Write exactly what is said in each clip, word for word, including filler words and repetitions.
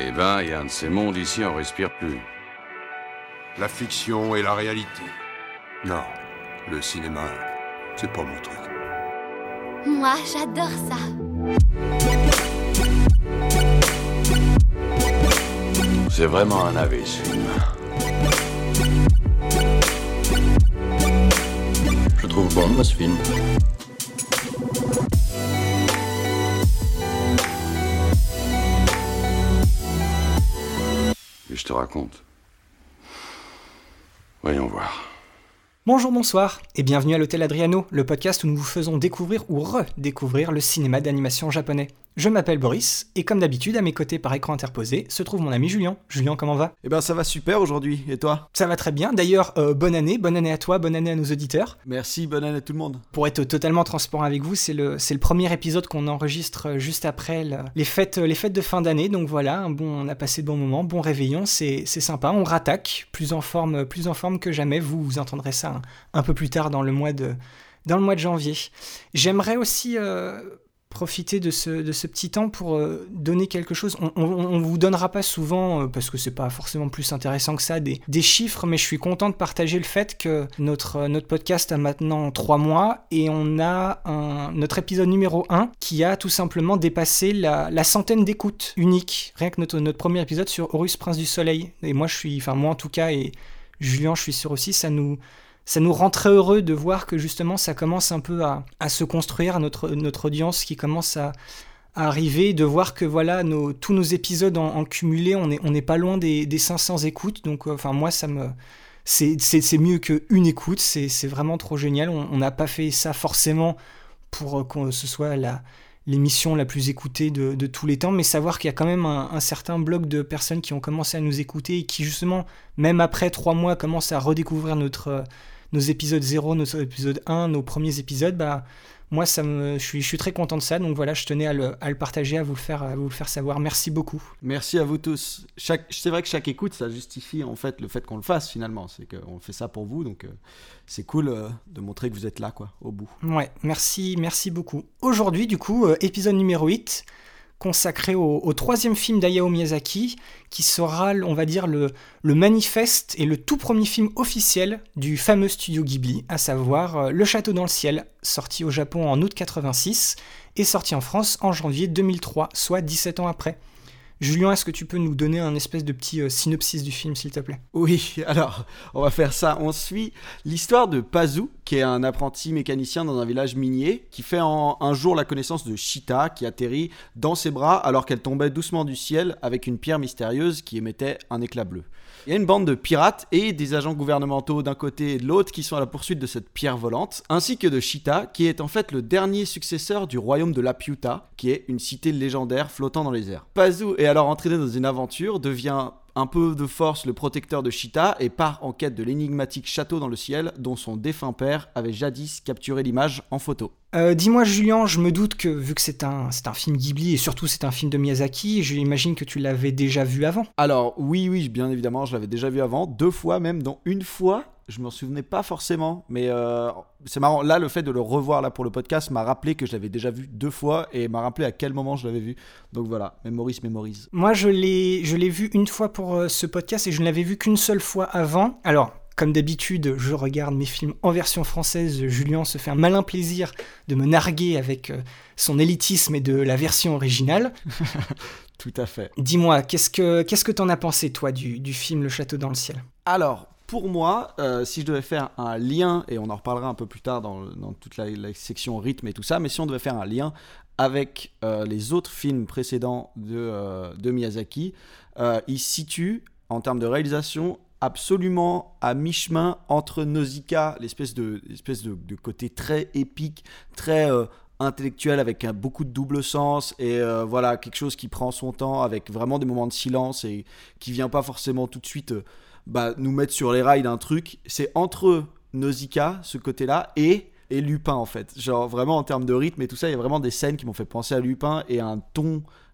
Eh ben, il y a un de ces mondes ici, on respire plus. La fiction et la réalité. Non, le cinéma, c'est pas mon truc. Moi, j'adore ça. C'est vraiment un navet, ce film. Je trouve bon, moi, ce film. Et je te raconte. Voyons voir. Bonjour, bonsoir, et bienvenue à l'Hôtel Adriano, le podcast où nous vous faisons découvrir ou redécouvrir le cinéma d'animation japonais. Je m'appelle Boris, et comme d'habitude, à mes côtés par écran interposé, se trouve mon ami Julien. Julien, comment va ? Eh ben ça va super aujourd'hui, et toi ? Ça va très bien, d'ailleurs, euh, bonne année, bonne année à toi, bonne année à nos auditeurs. Merci, bonne année à tout le monde. Pour être totalement transparent avec vous, c'est le, c'est le premier épisode qu'on enregistre juste après le, les, fêtes, les fêtes de fin d'année, donc voilà, un bon, on a passé de bons moments, bon réveillon, c'est, c'est sympa, on rattaque, plus en forme, plus en forme que jamais, vous, vous entendrez ça un, un peu plus tard dans le mois de, dans le mois de janvier. J'aimerais aussi... Euh, profiter de ce, de ce petit temps pour euh, donner quelque chose. On, on, on vous donnera pas souvent, euh, parce que c'est pas forcément plus intéressant que ça, des, des chiffres, mais je suis content de partager le fait que notre, euh, notre podcast a maintenant trois mois et on a un, notre épisode numéro un qui a tout simplement dépassé la, la centaine d'écoutes uniques. Rien que notre, notre premier épisode sur Horus, Prince du Soleil. Et moi, je suis, enfin moi en tout cas, et Julien, je suis sûr aussi, ça nous... Ça nous rend très heureux de voir que justement ça commence un peu à, à se construire, notre, notre audience qui commence à, à arriver, de voir que voilà, nos, tous nos épisodes en, en cumulé, on n'est on est pas loin des, des cinq cents écoutes, donc euh, enfin moi ça me... C'est, c'est, c'est mieux qu'une écoute, c'est, c'est vraiment trop génial, on n'a pas fait ça forcément pour que ce soit la... l'émission la plus écoutée de, de tous les temps, mais savoir qu'il y a quand même un, un certain bloc de personnes qui ont commencé à nous écouter et qui justement, même après trois mois, commencent à redécouvrir notre, nos épisodes zéro, nos épisodes un, nos premiers épisodes, bah, moi ça me, je, suis, je suis très content de ça, donc voilà, je tenais à le, à le partager, à vous le, faire, à vous le faire savoir. Merci beaucoup. Merci à vous tous. Chaque, c'est vrai que chaque écoute, ça justifie en fait le fait qu'on le fasse finalement, c'est qu'on fait ça pour vous, donc euh, c'est cool euh, de montrer que vous êtes là, quoi, au bout. Ouais, merci, merci beaucoup. Aujourd'hui, du coup, euh, épisode numéro huit, consacré au, au troisième film d'Hayao Miyazaki, qui sera, on va dire, le, le manifeste et le tout premier film officiel du fameux studio Ghibli, à savoir euh, Le Château dans le ciel, sorti au Japon en août quatre-vingt-six et sorti en France en janvier deux mille trois, soit dix-sept ans après. Julien, est-ce que tu peux nous donner un espèce de petit euh, synopsis du film, s'il te plaît ? Oui, alors, on va faire ça. On suit l'histoire de Pazu, qui est un apprenti mécanicien dans un village minier, qui fait en, un jour la connaissance de Chita, qui atterrit dans ses bras alors qu'elle tombait doucement du ciel avec une pierre mystérieuse qui émettait un éclat bleu. Il y a une bande de pirates et des agents gouvernementaux d'un côté et de l'autre qui sont à la poursuite de cette pierre volante, ainsi que de Chita, qui est en fait le dernier successeur du royaume de Laputa, qui est une cité légendaire flottant dans les airs. Pazu est alors entraîné dans une aventure, devient un peu de force le protecteur de Chita et part en quête de l'énigmatique château dans le ciel dont son défunt père avait jadis capturé l'image en photo. Euh, dis-moi Julien, je me doute que vu que c'est un, c'est un film Ghibli et surtout c'est un film de Miyazaki, j'imagine que tu l'avais déjà vu avant. Alors oui, oui, bien évidemment, je l'avais déjà vu avant, deux fois même, dont une fois, je m'en souvenais pas forcément, mais euh, c'est marrant, là le fait de le revoir là pour le podcast m'a rappelé que je l'avais déjà vu deux fois et m'a rappelé à quel moment je l'avais vu, donc voilà, mémorise, mémorise. Moi je l'ai, je l'ai vu une fois pour euh, ce podcast et je ne l'avais vu qu'une seule fois avant, alors... Comme d'habitude, je regarde mes films en version française. Julien se fait un malin plaisir de me narguer avec son élitisme et de la version originale. Tout à fait. Dis-moi, qu'est-ce que, qu'est-ce que t'en as pensé, toi, du, du film Le Château dans le ciel ? Alors, pour moi, euh, si je devais faire un lien, et on en reparlera un peu plus tard dans, dans toute la, la section rythme et tout ça, mais si on devait faire un lien avec euh, les autres films précédents de, euh, de Miyazaki, euh, il se situe, en termes de réalisation, absolument à mi-chemin entre Nausicaa, l'espèce de, l'espèce de, de côté très épique, très euh, intellectuel avec un, beaucoup de double sens et euh, voilà, quelque chose qui prend son temps avec vraiment des moments de silence et qui vient pas forcément tout de suite euh, bah, nous mettre sur les rails d'un truc. C'est entre Nausicaa, ce côté-là, et, et Lupin en fait. Genre vraiment en termes de rythme et tout ça, il y a vraiment des scènes qui m'ont fait penser à Lupin et un ton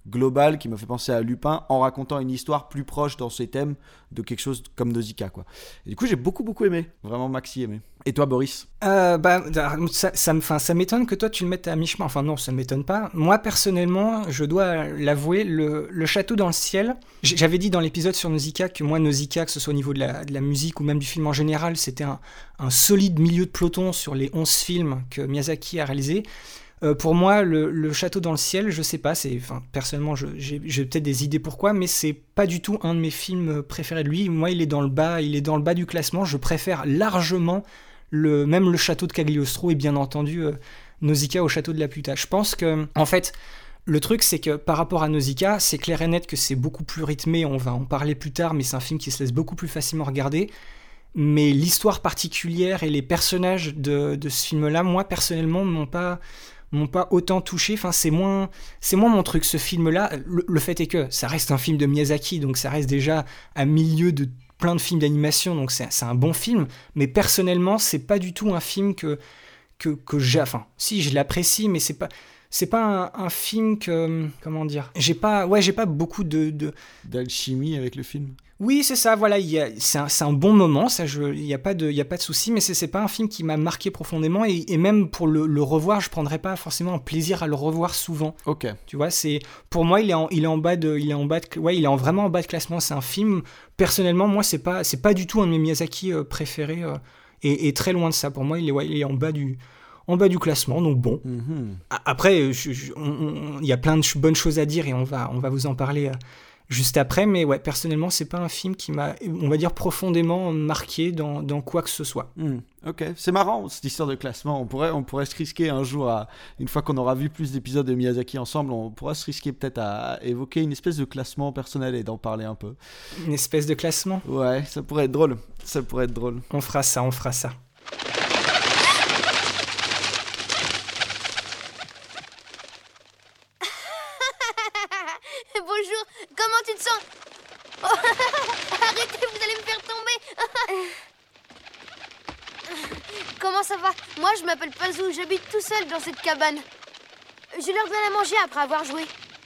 global qui m'a fait penser à Lupin en racontant une histoire plus proche dans ses thèmes de quelque chose comme Nausicaa, quoi. Et du coup, j'ai beaucoup, beaucoup aimé. Vraiment maxi aimé. Et toi, Boris ? euh, bah, ça, ça, me, ça m'étonne que toi, tu le mettes à mi-chemin. Enfin, non, ça ne m'étonne pas. Moi, personnellement, je dois l'avouer, le, le château dans le ciel, j'avais dit dans l'épisode sur Nausicaa que moi, Nausicaa, que ce soit au niveau de la, de la musique ou même du film en général, c'était un, un solide milieu de peloton sur les onze films que Miyazaki a réalisés. Euh, pour moi, le, le château dans le ciel, je sais pas, c'est, enfin, personnellement, je, j'ai, j'ai peut-être des idées pourquoi, mais c'est pas du tout un de mes films préférés de lui. Moi, il est dans le bas, il est dans le bas du classement. Je préfère largement le, même le château de Cagliostro et bien entendu euh, Nausicaa au château de la Puta. Je pense que, en fait, le truc, c'est que par rapport à Nausicaa, c'est clair et net que c'est beaucoup plus rythmé. On va en parler plus tard, mais c'est un film qui se laisse beaucoup plus facilement regarder. Mais l'histoire particulière et les personnages de, de ce film-là, moi, personnellement, m'ont pas... m'ont pas autant touché, enfin c'est moins c'est moins mon truc ce film là. Le, le fait est que ça reste un film de Miyazaki, donc ça reste déjà à milieu de plein de films d'animation, donc c'est, c'est un bon film, mais personnellement c'est pas du tout un film que que, que j'ai, enfin si je l'apprécie, mais c'est pas c'est pas un, un film que, comment dire, j'ai pas ouais j'ai pas beaucoup de, de... d'alchimie avec le film. Oui, c'est ça, voilà, y a, c'est, un, c'est un bon moment, ça, il n'y a pas de, y a pas de souci, mais c'est, c'est pas un film qui m'a marqué profondément, et, et même pour le, le revoir, je prendrais pas forcément un plaisir à le revoir souvent. Ok. Tu vois, c'est, pour moi, il est en, il est en bas de, il est en bas de, ouais, il est en, vraiment en bas de classement, c'est un film, personnellement, moi, c'est pas, c'est pas du tout un de mes Miyazaki euh, préférés, euh, et, et très loin de ça, pour moi, il est, ouais, il est en bas du... en bas du classement, donc bon. Mm-hmm. Après, il y a plein de ch- bonnes choses à dire, et on va, on va vous en parler... Euh, juste après, mais ouais, personnellement, c'est pas un film qui m'a, on va dire, profondément marqué dans, dans quoi que ce soit. Mmh, ok, c'est marrant cette histoire de classement. On pourrait, on pourrait se risquer un jour, à, une fois qu'on aura vu plus d'épisodes de Miyazaki ensemble, on pourra se risquer peut-être à évoquer une espèce de classement personnel et d'en parler un peu. Une espèce de classement ? Ouais, ça pourrait être drôle. Ça pourrait être drôle. On fera ça, on fera ça. Bonjour, comment tu te sens? Oh, arrêtez, vous allez me faire tomber. Comment ça va? Moi, je m'appelle Pazou, j'habite tout seul dans cette cabane. Je leur donne à manger après avoir joué.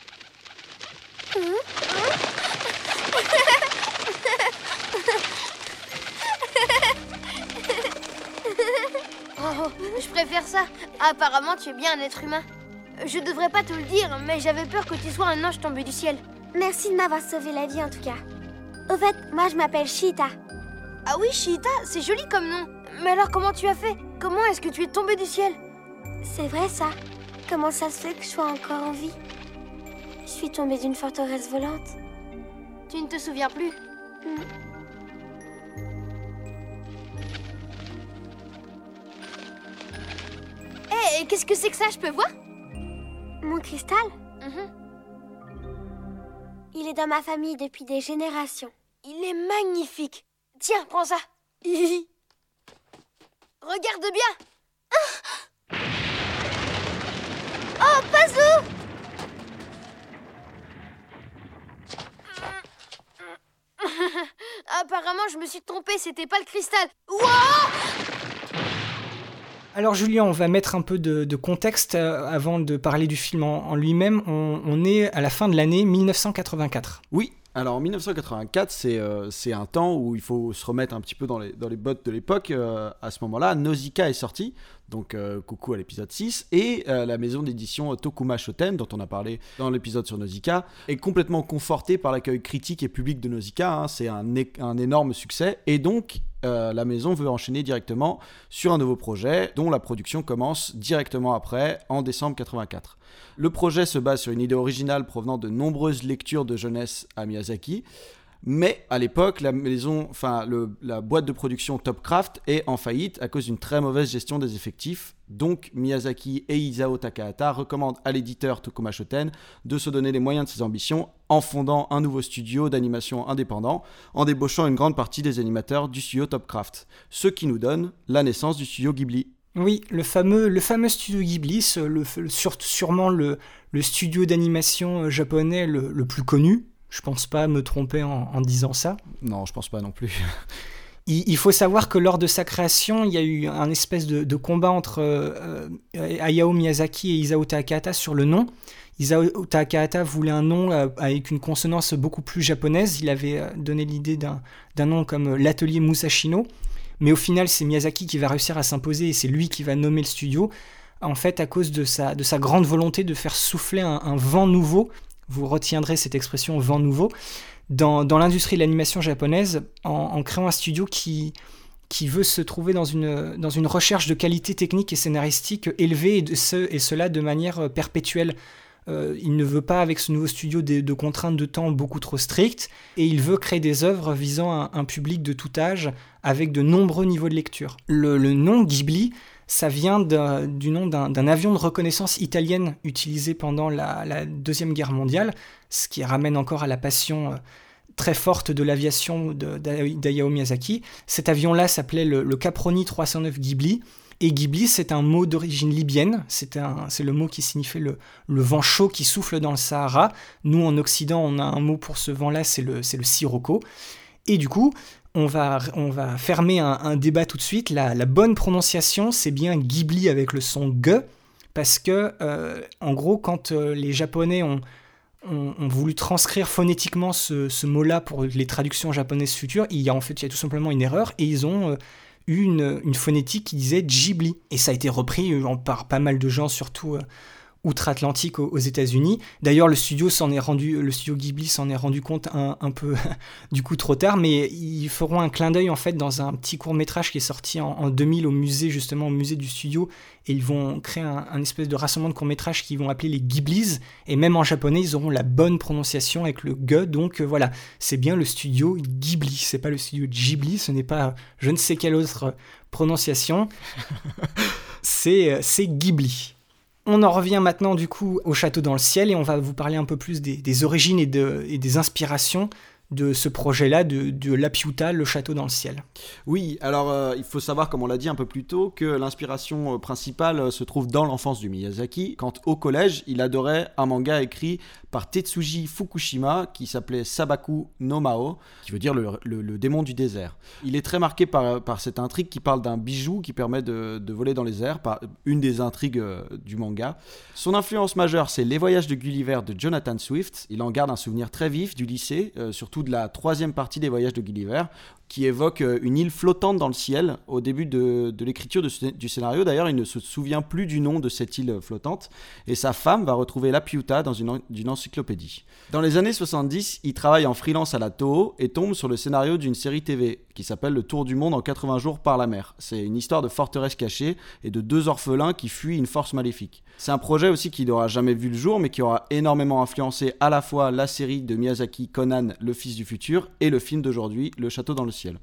Oh, je préfère ça. Apparemment, tu es bien un être humain. Je devrais pas te le dire, mais j'avais peur que tu sois un ange tombé du ciel. Merci de m'avoir sauvé la vie en tout cas. Au fait, moi je m'appelle Shita. Ah oui, Shita, c'est joli comme nom. Mais alors comment tu as fait? Comment est-ce que tu es tombé du ciel? C'est vrai ça. Comment ça se fait que je sois encore en vie? Je suis tombée d'une forteresse volante. Tu ne te souviens plus? hmm. Hé, hey, qu'est-ce que c'est que ça? Je peux voir? Mon cristal? mm-hmm. Il est dans ma famille depuis des générations. Il est magnifique. Tiens, prends ça. Regarde bien. Oh, Pazou! Apparemment, je me suis trompée, c'était pas le cristal. Wow! Alors Julien, on va mettre un peu de, de contexte euh, avant de parler du film en, en lui-même. On, on est à la fin de l'année dix-neuf cent quatre-vingt-quatre. Oui, alors en dix-neuf cent quatre-vingt-quatre, c'est, euh, c'est un temps où il faut se remettre un petit peu dans les, dans les bottes de l'époque. Euh, à ce moment-là, Nausicaa est sorti, donc euh, coucou à l'épisode six, et euh, la maison d'édition Tokuma Shoten, dont on a parlé dans l'épisode sur Nausicaa, est complètement confortée par l'accueil critique et public de Nausicaa. Hein, c'est un, é- un énorme succès, et donc... Euh, la maison veut enchaîner directement sur un nouveau projet dont la production commence directement après, en décembre quatre-vingt-quatre. Le projet se base sur une idée originale provenant de nombreuses lectures de jeunesse à Miyazaki, mais à l'époque, la maison, enfin le, la boîte de production Topcraft est en faillite à cause d'une très mauvaise gestion des effectifs. Donc Miyazaki et Isao Takahata recommandent à l'éditeur Tokuma Shoten de se donner les moyens de ses ambitions en fondant un nouveau studio d'animation indépendant, en débauchant une grande partie des animateurs du studio Topcraft, ce qui nous donne la naissance du studio Ghibli. Oui, le fameux, le fameux studio Ghibli, le, le, sur, sûrement le, le studio d'animation japonais le, le plus connu. Je pense pas me tromper en, en disant ça. Non, je pense pas non plus. il, il faut savoir que lors de sa création, il y a eu un espèce de, de combat entre euh, Hayao Miyazaki et Isao Takahata sur le nom. Isao Takahata voulait un nom euh, avec une consonance beaucoup plus japonaise. Il avait euh, donné l'idée d'un, d'un nom comme euh, l'atelier Musashino. Mais au final, c'est Miyazaki qui va réussir à s'imposer et c'est lui qui va nommer le studio, en fait, à cause de sa, de sa grande volonté de faire souffler un, un vent nouveau. Vous retiendrez cette expression « vent nouveau » dans, dans l'industrie de l'animation japonaise, en, en créant un studio qui, qui veut se trouver dans une, dans une recherche de qualité technique et scénaristique élevée, et, de ce, et cela de manière perpétuelle. Euh, il ne veut pas, avec ce nouveau studio, de, de contraintes de temps beaucoup trop strictes, et il veut créer des œuvres visant un, un public de tout âge, avec de nombreux niveaux de lecture. Le, le nom Ghibli, ça vient de, du nom d'un, d'un avion de reconnaissance italienne utilisé pendant la, la Deuxième Guerre mondiale, ce qui ramène encore à la passion euh, très forte de l'aviation de, d'Hayao Miyazaki. Cet avion-là s'appelait le, le Caproni trois cent neuf Ghibli, et Ghibli, c'est un mot d'origine libyenne, c'est, un, c'est le mot qui signifie le, le vent chaud qui souffle dans le Sahara. Nous, en Occident, on a un mot pour ce vent-là, c'est le, c'est le sirocco. Et du coup, on va, on va fermer un, un débat tout de suite. La, la bonne prononciation, c'est bien Ghibli avec le son G, parce que, euh, en gros, quand euh, les Japonais ont, ont, ont voulu transcrire phonétiquement ce, ce mot-là pour les traductions japonaises futures, il y a en fait il y a tout simplement une erreur, et ils ont... Euh, Une, une phonétique qui disait Ghibli. Et ça a été repris par pas mal de gens, surtout euh, outre-Atlantique aux, aux États-Unis. D'ailleurs, le studio s'en est rendu, le studio Ghibli s'en est rendu compte un, un peu du coup trop tard, mais ils feront un clin d'œil en fait dans un petit court-métrage qui est sorti en, en deux mille au musée, justement au musée du studio, et ils vont créer un, un espèce de rassemblement de courts-métrages qu'ils vont appeler les Ghiblis, et même en japonais, ils auront la bonne prononciation avec le G, donc euh, voilà, c'est bien le studio Ghibli, c'est pas le studio Ghibli, ce n'est pas je ne sais quelle autre prononciation, c'est, c'est Ghibli. On en revient maintenant du coup au Château dans le ciel et on va vous parler un peu plus des, des origines et, de, et des inspirations de ce projet-là, de, de Lapiuta, le Château dans le ciel. Oui, alors euh, il faut savoir, comme on l'a dit un peu plus tôt, que l'inspiration euh, principale euh, se trouve dans l'enfance du Miyazaki, quand au collège, il adorait un manga écrit par Tetsuji Fukushima qui s'appelait Sabaku no Mao, qui veut dire le, le, le démon du désert. Il est très marqué par, par cette intrigue qui parle d'un bijou qui permet de, de voler dans les airs, par une des intrigues euh, du manga. Son influence majeure, c'est Les Voyages de Gulliver de Jonathan Swift. Il en garde un souvenir très vif du lycée, euh, surtout de la troisième partie des Voyages de Gulliver, qui évoque une île flottante dans le ciel au début de, de l'écriture de ce, du scénario. D'ailleurs, il ne se souvient plus du nom de cette île flottante, et sa femme va retrouver Lapiuta dans une, une encyclopédie. Dans les années soixante-dix, il travaille en freelance à la Toho et tombe sur le scénario d'une série T V qui s'appelle Le Tour du monde en quatre-vingts jours par la mer. C'est une histoire de forteresse cachée et de deux orphelins qui fuient une force maléfique. C'est un projet aussi qui n'aura jamais vu le jour, mais qui aura énormément influencé à la fois la série de Miyazaki, Conan, le fils du futur, et le film d'aujourd'hui, Le Château dans le ciel.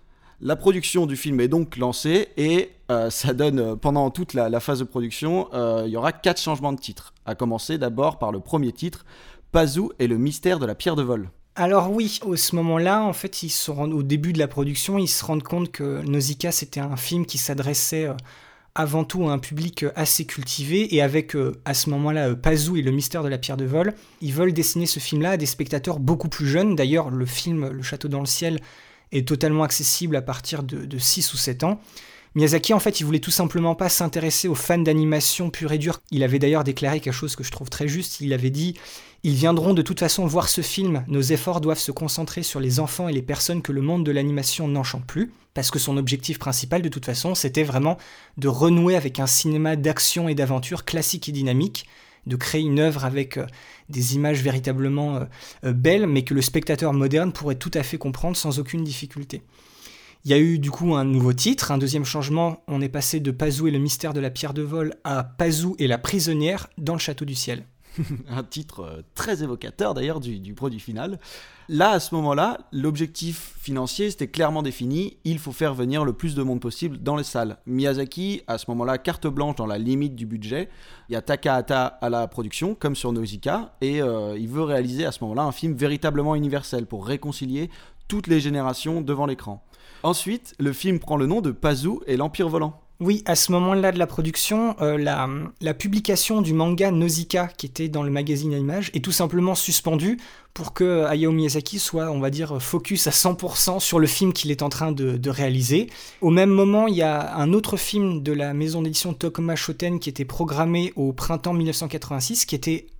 La production du film est donc lancée et euh, ça donne, euh, pendant toute la, la phase de production, euh, il y aura quatre changements de titre. À commencer d'abord par le premier titre, Pazu et le mystère de la pierre de vol. Alors oui, à ce moment-là, en fait, ils se rendent, au début de la production, ils se rendent compte que Nausicaa, c'était un film qui s'adressait euh, avant tout à un public euh, assez cultivé, et avec, euh, à ce moment-là, euh, Pazu et le mystère de la pierre de vol, ils veulent dessiner ce film-là à des spectateurs beaucoup plus jeunes. D'ailleurs, le film Le Château dans le ciel est totalement accessible à partir de, de six ou sept ans. Miyazaki, en fait, il voulait tout simplement pas s'intéresser aux fans d'animation pure et dure. Il avait d'ailleurs déclaré quelque chose que je trouve très juste. Il avait dit « Ils viendront de toute façon voir ce film. Nos efforts doivent se concentrer sur les enfants et les personnes que le monde de l'animation n'enchante plus. » Parce que son objectif principal, de toute façon, c'était vraiment de renouer avec un cinéma d'action et d'aventure classique et dynamique, de créer une œuvre avec euh, des images véritablement euh, euh, belles, mais que le spectateur moderne pourrait tout à fait comprendre sans aucune difficulté. Il y a eu du coup un nouveau titre, un deuxième changement, on est passé de Pazu et le mystère de la pierre de vol à Pazu et la prisonnière dans le château du ciel. Un titre euh, très évocateur d'ailleurs du, du produit final. Là, à ce moment-là, l'objectif financier c'était clairement défini, il faut faire venir le plus de monde possible dans les salles. Miyazaki, à ce moment-là, carte blanche dans la limite du budget. Il y a Takahata à la production, comme sur Nausicaa, et euh, il veut réaliser à ce moment-là un film véritablement universel pour réconcilier toutes les générations devant l'écran. Ensuite, le film prend le nom de Pazu et l'Empire volant. Oui, à ce moment-là de la production, euh, la, la publication du manga Nausicaa, qui était dans le magazine à images, est tout simplement suspendue pour que Hayao Miyazaki soit, on va dire, focus à cent pour cent sur le film qu'il est en train de, de réaliser. Au même moment, il y a un autre film de la maison d'édition Tokuma Shoten qui était programmé au printemps dix-neuf cent quatre-vingt-six, qui était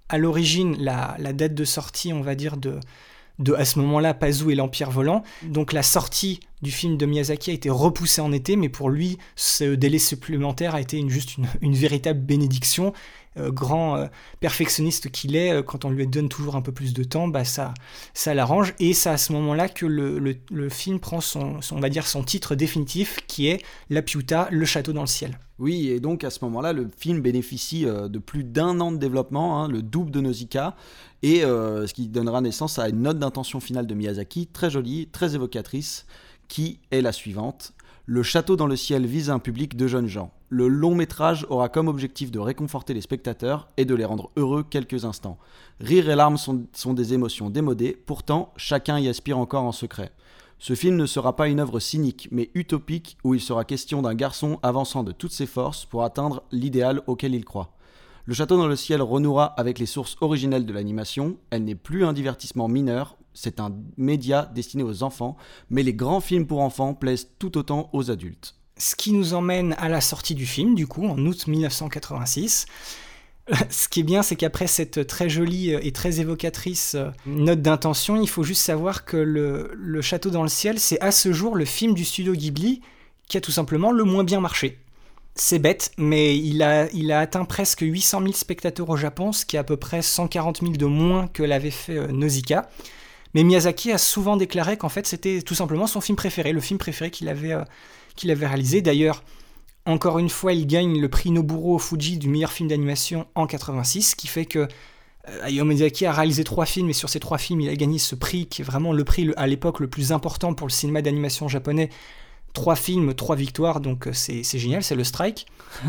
à l'origine, la, la date de sortie, on va dire, de, de à ce moment-là, Pazu et l'Empire volant. Donc la sortie du film de Miyazaki a été repoussée en été, mais pour lui, ce délai supplémentaire a été une, juste une, une véritable bénédiction. Euh, grand euh, perfectionniste qu'il est, euh, quand on lui donne toujours un peu plus de temps, bah ça, ça l'arrange, et c'est à ce moment-là que le, le, le film prend son, son, on va dire son titre définitif, qui est La Piuta, le château dans le ciel. Oui, et donc à ce moment-là, le film bénéficie euh, de plus d'un an de développement, hein, le double de Nausicaa, et euh, ce qui donnera naissance à une note d'intention finale de Miyazaki, très jolie, très évocatrice, qui est la suivante. Le château dans le ciel vise un public de jeunes gens. Le long métrage aura comme objectif de réconforter les spectateurs et de les rendre heureux quelques instants. Rire et larmes sont, sont des émotions démodées, pourtant chacun y aspire encore en secret. Ce film ne sera pas une œuvre cynique, mais utopique, où il sera question d'un garçon avançant de toutes ses forces pour atteindre l'idéal auquel il croit. Le château dans le ciel renouera avec les sources originelles de l'animation, elle n'est plus un divertissement mineur, c'est un média destiné aux enfants, mais les grands films pour enfants plaisent tout autant aux adultes. Ce qui nous emmène à la sortie du film, du coup, en août dix-neuf cent quatre-vingt-six. Ce qui est bien, c'est qu'après cette très jolie et très évocatrice note d'intention, il faut juste savoir que le, le Château dans le ciel, c'est à ce jour le film du studio Ghibli qui a tout simplement le moins bien marché. C'est bête, mais il a, il a atteint presque huit cent mille spectateurs au Japon, ce qui est à peu près cent quarante mille de moins que l'avait fait euh, Nausicaa. Mais Miyazaki a souvent déclaré qu'en fait c'était tout simplement son film préféré, le film préféré qu'il avait, euh, qu'il avait réalisé. D'ailleurs, encore une fois, il gagne le prix Noburo Fuji du meilleur film d'animation en quatre-vingt-six, ce qui fait que euh, Hayao Miyazaki a réalisé trois films, et sur ces trois films, il a gagné ce prix qui est vraiment le prix à l'époque le plus important pour le cinéma d'animation japonais. Trois films, trois victoires, donc c'est, c'est génial, c'est le strike.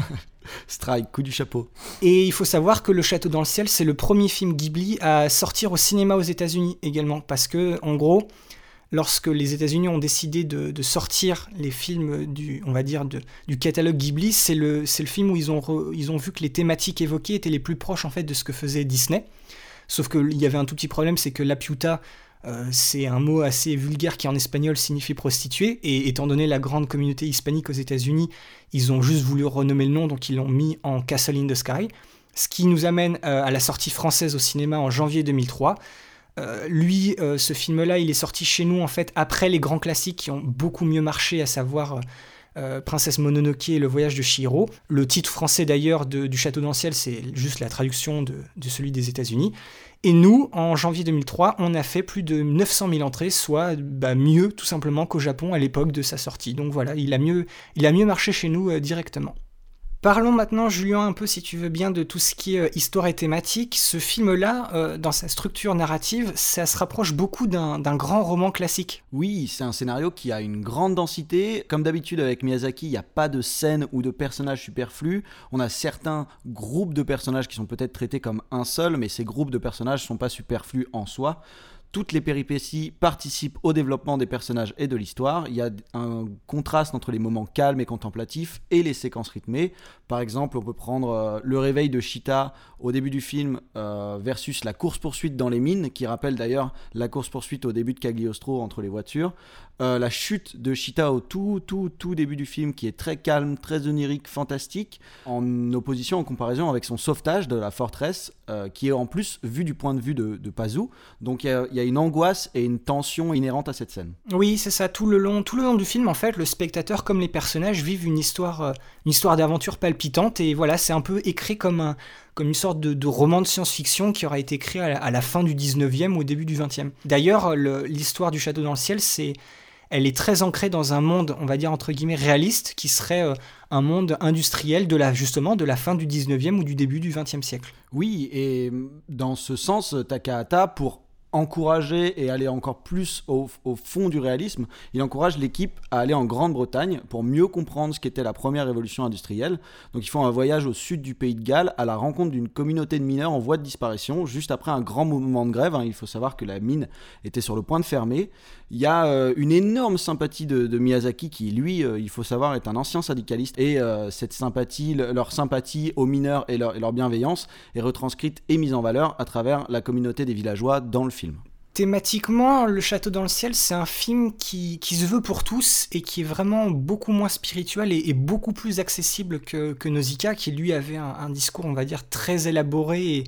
Strike, coup du chapeau. Et il faut savoir que Le Château dans le ciel, c'est le premier film Ghibli à sortir au cinéma aux États-Unis également, parce que, en gros, lorsque les États-Unis ont décidé de, de sortir les films du, on va dire, de, du catalogue Ghibli, c'est le, c'est le film où ils ont, re, ils ont vu que les thématiques évoquées étaient les plus proches en fait de ce que faisait Disney. Sauf qu'il y avait un tout petit problème, c'est que La Piuta, Euh, c'est un mot assez vulgaire qui en espagnol signifie prostituée, et étant donné la grande communauté hispanique aux États-Unis, ils ont juste voulu renommer le nom, donc ils l'ont mis en Castle in the Sky, ce qui nous amène euh, à la sortie française au cinéma en janvier deux mille trois. Euh, lui, euh, ce film-là, il est sorti chez nous en fait après les grands classiques qui ont beaucoup mieux marché, à savoir euh, euh, Princesse Mononoke et Le Voyage de Chihiro. Le titre français d'ailleurs de, du Château dans le ciel, c'est juste la traduction de, de celui des États-Unis. Et nous, en janvier deux mille trois, on a fait plus de neuf cent mille entrées, soit bah, mieux tout simplement qu'au Japon à l'époque de sa sortie. Donc voilà, il a mieux, il a mieux marché chez nous euh, directement. Parlons maintenant, Julien, un peu, si tu veux bien, de tout ce qui est euh, histoire et thématique. Ce film-là, euh, dans sa structure narrative, ça se rapproche beaucoup d'un, d'un grand roman classique. Oui, c'est un scénario qui a une grande densité. Comme d'habitude avec Miyazaki, il n'y a pas de scènes ou de personnages superflus. On a certains groupes de personnages qui sont peut-être traités comme un seul, mais ces groupes de personnages ne sont pas superflus en soi. Toutes les péripéties participent au développement des personnages et de l'histoire. Il y a un contraste entre les moments calmes et contemplatifs et les séquences rythmées. Par exemple, on peut prendre euh, le réveil de Chita au début du film euh, versus la course-poursuite dans les mines, qui rappelle d'ailleurs la course-poursuite au début de Cagliostro entre les voitures. Euh, la chute de Chita au tout, tout, tout début du film, qui est très calme, très onirique, fantastique, en opposition, en comparaison avec son sauvetage de la forteresse, euh, qui est en plus vu du point de vue de, de Pazu. Donc il y a, y a une angoisse et une tension inhérente à cette scène. Oui, c'est ça. Tout le long, tout le long du film, en fait, le spectateur, comme les personnages, vivent une histoire, euh, une histoire d'aventure palpitante. Et voilà, c'est un peu écrit comme, un, comme une sorte de, de roman de science-fiction qui aura été écrit à la, à la fin du dix-neuvième ou au début du vingtième. D'ailleurs, le, l'histoire du Château dans le ciel, c'est... elle est très ancrée dans un monde, on va dire entre guillemets, réaliste, qui serait euh, un monde industriel de la, justement de la fin du dix-neuvième ou du début du vingtième siècle. Oui, et dans ce sens, Takahata, pour encourager et aller encore plus au, au fond du réalisme, il encourage l'équipe à aller en Grande-Bretagne pour mieux comprendre ce qu'était la première révolution industrielle. Donc ils font un voyage au sud du pays de Galles à la rencontre d'une communauté de mineurs en voie de disparition, juste après un grand mouvement de grève. Hein. Il faut savoir que la mine était sur le point de fermer. Il y a euh, une énorme sympathie de, de Miyazaki qui, lui, euh, il faut savoir, est un ancien syndicaliste, et euh, cette sympathie, le, leur sympathie aux mineurs et leur, et leur bienveillance est retranscrite et mise en valeur à travers la communauté des villageois dans le film. Thématiquement, Le Château dans le ciel, c'est un film qui, qui se veut pour tous et qui est vraiment beaucoup moins spirituel et, et beaucoup plus accessible que, que Nausicaa, qui lui avait un, un discours, on va dire, très élaboré et,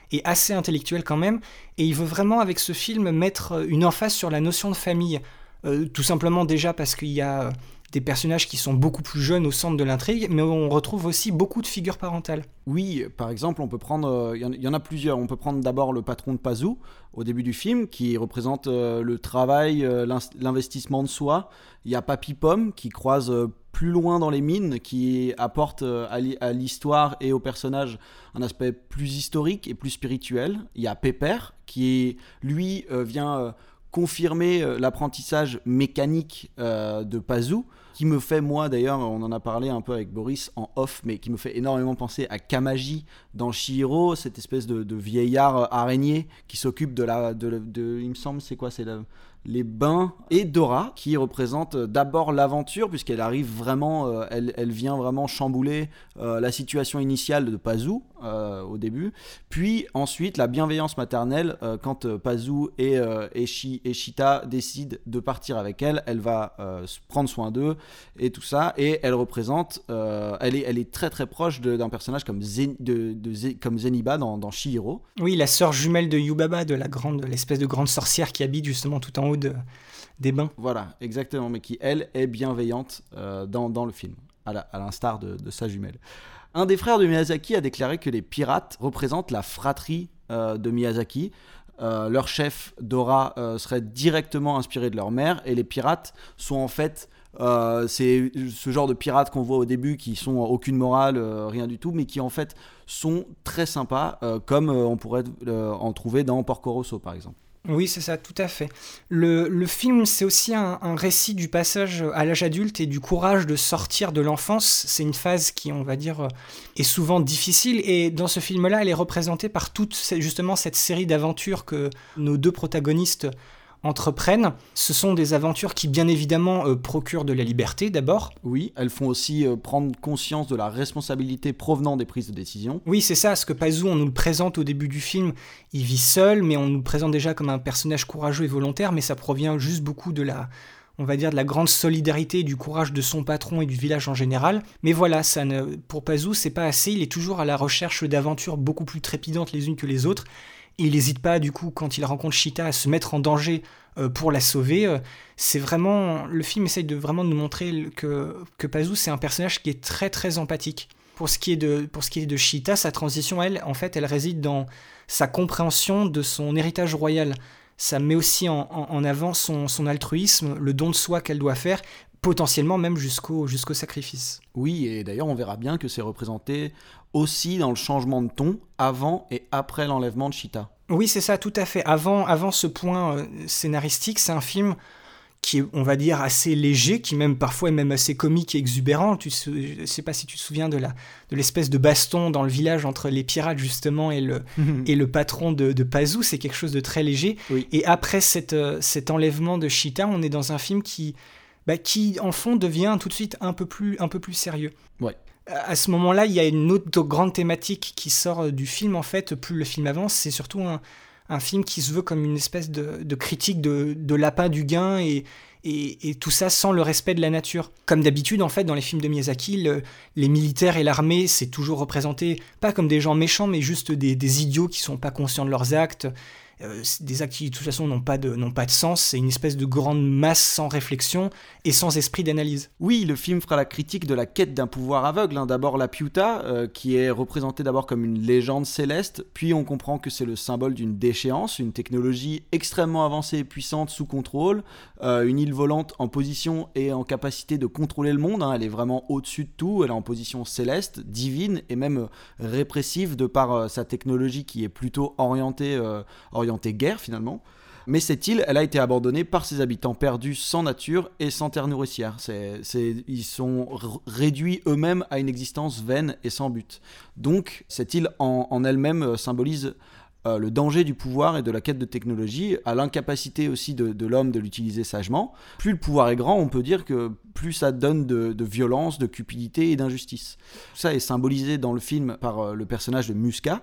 est assez intellectuel quand même, et il veut vraiment avec ce film mettre une emphase sur la notion de famille, euh, tout simplement déjà parce qu'il y a des personnages qui sont beaucoup plus jeunes au centre de l'intrigue, mais on retrouve aussi beaucoup de figures parentales. Oui, par exemple, on peut prendre, il euh, y, y en a plusieurs. On peut prendre d'abord le patron de Pazu au début du film, qui représente euh, le travail, euh, l'investissement de soi. Il y a Papy Pomme qui croise euh, plus loin dans les mines, qui apporte euh, à l'histoire et au personnage un aspect plus historique et plus spirituel. Il y a Pépère qui, lui, euh, vient euh, confirmer euh, l'apprentissage mécanique euh, de Pazu, qui me fait, moi d'ailleurs, on en a parlé un peu avec Boris en off, mais qui me fait énormément penser à Kamaji dans Chihiro, cette espèce de, de vieillard araignée qui s'occupe de la... De, de, de, il me semble, c'est quoi, c'est la... les bains, et Dora, qui représente d'abord l'aventure, puisqu'elle arrive vraiment, euh, elle, elle vient vraiment chambouler euh, la situation initiale de Pazu euh, au début, puis ensuite la bienveillance maternelle, euh, quand euh, Pazu et, euh, et, Shi, et Shita décident de partir avec elle, elle va euh, prendre soin d'eux, et tout ça, et elle représente, euh, elle, est, elle est très très proche de, d'un personnage comme, Zen, de, de, de, comme Zeniba dans, dans Chihiro. Oui, la sœur jumelle de Yubaba, de la grande, l'espèce de grande sorcière qui habite justement tout en haut de, des bains. Voilà, exactement, mais qui, elle, est bienveillante euh, dans, dans le film, à, la, à l'instar de, de sa jumelle. Un des frères de Miyazaki a déclaré que les pirates représentent la fratrie euh, de Miyazaki. Euh, leur chef, Dora, euh, serait directement inspiré de leur mère, et les pirates sont en fait... Euh, c'est ce genre de pirates qu'on voit au début qui sont aucune morale, euh, rien du tout, mais qui en fait sont très sympas, euh, comme euh, on pourrait euh, en trouver dans Porco Rosso par exemple. Oui, c'est ça, tout à fait. Le, le film, c'est aussi un, un récit du passage à l'âge adulte et du courage de sortir de l'enfance. C'est une phase qui, on va dire, est souvent difficile. Et dans ce film-là, elle est représentée par toute justement cette série d'aventures que nos deux protagonistes entreprennent. Ce sont des aventures qui, bien évidemment, euh, procurent de la liberté, d'abord. Oui, elles font aussi euh, prendre conscience de la responsabilité provenant des prises de décision. Oui, c'est ça, ce que Pazu, on nous le présente au début du film, il vit seul, mais on nous le présente déjà comme un personnage courageux et volontaire, mais ça provient juste beaucoup de la... on va dire de la grande solidarité et du courage de son patron et du village en général. Mais voilà, ça ne, pour Pazu, c'est pas assez, il est toujours à la recherche d'aventures beaucoup plus trépidantes les unes que les autres. Il n'hésite pas, du coup, quand il rencontre Shita, à se mettre en danger euh, pour la sauver. Euh, c'est vraiment... Le film essaye de vraiment nous montrer que, que Pazu, c'est un personnage qui est très, très empathique. Pour ce qui est de, pour ce qui est de Shita, sa transition, elle, en fait, elle réside dans sa compréhension de son héritage royal. Ça met aussi en, en, en avant son, son altruisme, le don de soi qu'elle doit faire, potentiellement même jusqu'au, jusqu'au sacrifice. Oui, et d'ailleurs, on verra bien que c'est représenté aussi dans le changement de ton avant et après l'enlèvement de Shita. Oui, c'est ça, tout à fait. Avant, avant ce point euh, scénaristique, c'est un film qui est, on va dire, assez léger, qui même parfois est même assez comique et exubérant. Tu, je ne sais pas si tu te souviens de, la, de l'espèce de baston dans le village entre les pirates, justement, et le, et le patron de, de Pazu. C'est quelque chose de très léger. Oui. Et après cette, euh, cet enlèvement de Shita, on est dans un film qui... Bah, qui en fond devient tout de suite un peu plus, un peu plus sérieux. Ouais. À ce moment-là, il y a une autre grande thématique qui sort du film, en fait, plus le film avance, c'est surtout un, un film qui se veut comme une espèce de, de critique de, de l'appât du gain et, et, et tout ça sans le respect de la nature. Comme d'habitude, en fait, dans les films de Miyazaki, le, les militaires et l'armée, c'est toujours représenté pas comme des gens méchants, mais juste des, des idiots qui sont pas conscients de leurs actes. Euh, des actes qui de toute façon n'ont pas de, n'ont pas de sens, c'est une espèce de grande masse sans réflexion et sans esprit d'analyse. Oui, le film fera la critique de la quête d'un pouvoir aveugle, hein. D'abord la Piuta, euh, qui est représentée d'abord comme une légende céleste, puis on comprend que c'est le symbole d'une déchéance, une technologie extrêmement avancée et puissante sous contrôle, euh, une île volante en position et en capacité de contrôler le monde, hein. Elle est vraiment au-dessus de tout, elle est en position céleste, divine et même euh, répressive de par euh, sa technologie qui est plutôt orientée, euh, orientée orientée guerre finalement, mais cette île, elle a été abandonnée par ses habitants perdus sans nature et sans terre nourricière. C'est, c'est, ils sont r- réduits eux-mêmes à une existence vaine et sans but. Donc cette île en, en elle-même symbolise euh, le danger du pouvoir et de la quête de technologie, à l'incapacité aussi de, de l'homme de l'utiliser sagement. Plus le pouvoir est grand, on peut dire que plus ça donne de, de violence, de cupidité et d'injustice. Tout ça est symbolisé dans le film par euh, le personnage de Muska,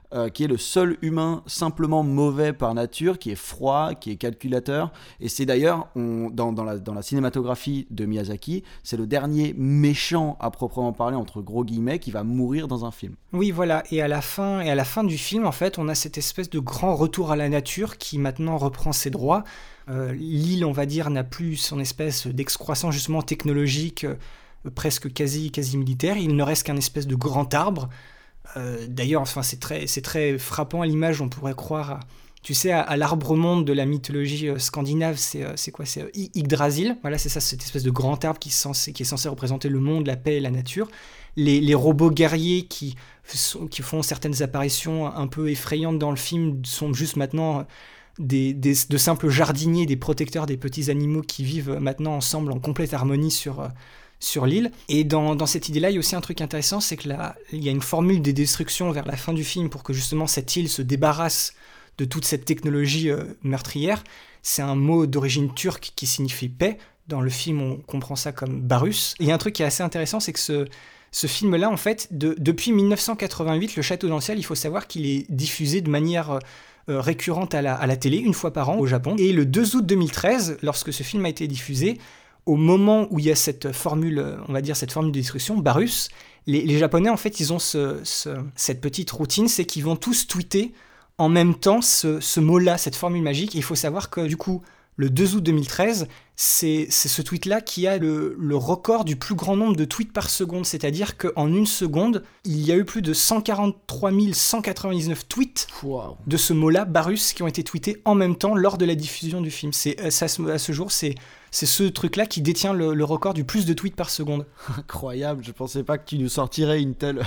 euh, qui est le seul humain simplement mauvais par nature, qui est froid, qui est calculateur. Et c'est d'ailleurs, on, dans, dans, la, dans la cinématographie de Miyazaki, c'est le dernier méchant à proprement parler, entre gros guillemets, qui va mourir dans un film. Oui, voilà. Et à la fin, et à la fin du film, en fait, on a cette espèce de grand retour à la nature qui maintenant reprend ses droits. Euh, l'île, on va dire, n'a plus son espèce d'excroissance justement technologique, euh, presque quasi, quasi militaire. Il ne reste qu'un espèce de grand arbre. Euh, d'ailleurs, enfin, c'est très, c'est très frappant à l'image, on pourrait croire, à, tu sais, à, à l'arbre-monde de la mythologie euh, scandinave, c'est, euh, c'est quoi, c'est euh, Yggdrasil, voilà, c'est ça, cette espèce de grand arbre qui est censé, qui est censé représenter le monde, la paix et la nature. Les, les robots guerriers qui, sont, qui font certaines apparitions un peu effrayantes dans le film sont juste maintenant des, des, de simples jardiniers, des protecteurs des petits animaux qui vivent maintenant ensemble en complète harmonie sur... Euh, sur l'île. Et dans, dans cette idée-là, il y a aussi un truc intéressant, c'est que là, il y a une formule des destructions vers la fin du film pour que justement cette île se débarrasse de toute cette technologie euh, meurtrière. C'est un mot d'origine turque qui signifie paix. Dans le film, on comprend ça comme Barus. Et il y a un truc qui est assez intéressant, c'est que ce, ce film-là, en fait, de, depuis dix-neuf cent quatre-vingt-huit, le Château dans le ciel, il faut savoir qu'il est diffusé de manière euh, récurrente à la, à la télé, une fois par an au Japon. Et le deux août deux mille treize, lorsque ce film a été diffusé, au moment où il y a cette formule, on va dire cette formule de destruction, Barus, les, les Japonais, en fait, ils ont ce, ce, cette petite routine, c'est qu'ils vont tous tweeter en même temps ce, ce mot-là, cette formule magique. Et il faut savoir que, du coup, le deux août deux mille treize, c'est, c'est ce tweet-là qui a le, le record du plus grand nombre de tweets par seconde. C'est-à-dire qu'en une seconde, il y a eu plus de cent quarante-trois mille cent quatre-vingt-dix-neuf tweets wow. de ce mot-là, Barus, qui ont été tweetés en même temps lors de la diffusion du film. C'est, ça, à ce jour, c'est... C'est ce truc-là qui détient le, le record du plus de tweets par seconde. Incroyable, je pensais pas que tu nous sortirais une telle,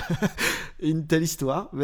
une telle histoire. Mais...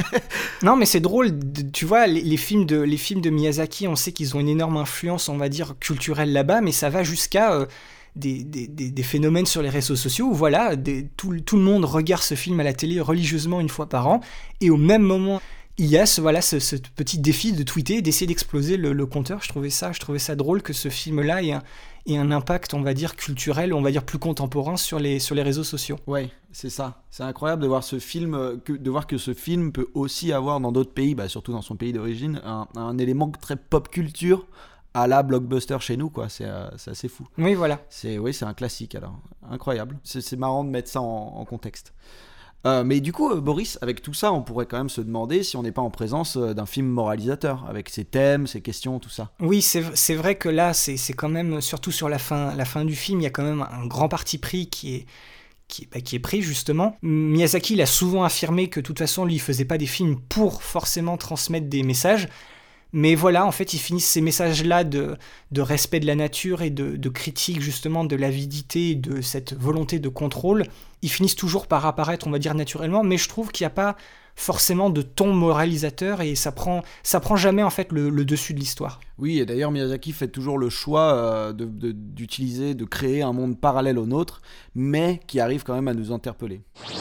non, mais c'est drôle, tu vois, les, les, films de, les films de Miyazaki, on sait qu'ils ont une énorme influence, on va dire, culturelle là-bas, mais ça va jusqu'à euh, des, des, des, des phénomènes sur les réseaux sociaux où, voilà, des, tout, tout le monde regarde ce film à la télé religieusement une fois par an, et au même moment... il y a ce, voilà, ce, ce petit défi de tweeter, d'essayer d'exploser le, le compteur. Je trouvais, ça, je trouvais ça drôle que ce film-là ait un, ait un impact, on va dire, culturel, on va dire plus contemporain sur les, sur les réseaux sociaux. Ouais, c'est ça. C'est incroyable de voir ce film, que, de voir que ce film peut aussi avoir dans d'autres pays, bah, surtout dans son pays d'origine, un, un élément très pop culture à la blockbuster chez nous, quoi. C'est, euh, c'est assez fou. Oui, voilà. C'est, oui, c'est un classique, alors. Incroyable. C'est, c'est marrant de mettre ça en, en contexte. Euh, mais du coup, euh, Boris, avec tout ça, on pourrait quand même se demander si on n'est pas en présence euh, d'un film moralisateur, avec ses thèmes, ses questions, tout ça. Oui, c'est, c'est vrai que là, c'est, c'est quand même, surtout sur la fin, la fin du film, il y a quand même un grand parti pris qui est, qui, bah, qui est pris, justement. Miyazaki, il a souvent affirmé que, de toute façon, lui, il faisait pas des films pour forcément transmettre des messages. Mais voilà, en fait, ils finissent ces messages-là de, de respect de la nature et de, de critique, justement, de l'avidité et de cette volonté de contrôle. Ils finissent toujours par apparaître, on va dire, naturellement, mais je trouve qu'il n'y a pas forcément de ton moralisateur et ça prend, ça prend jamais, en fait, le, le dessus de l'histoire. Oui, et d'ailleurs, Miyazaki fait toujours le choix euh, de, de, d'utiliser, de créer un monde parallèle au nôtre, mais qui arrive quand même à nous interpeller.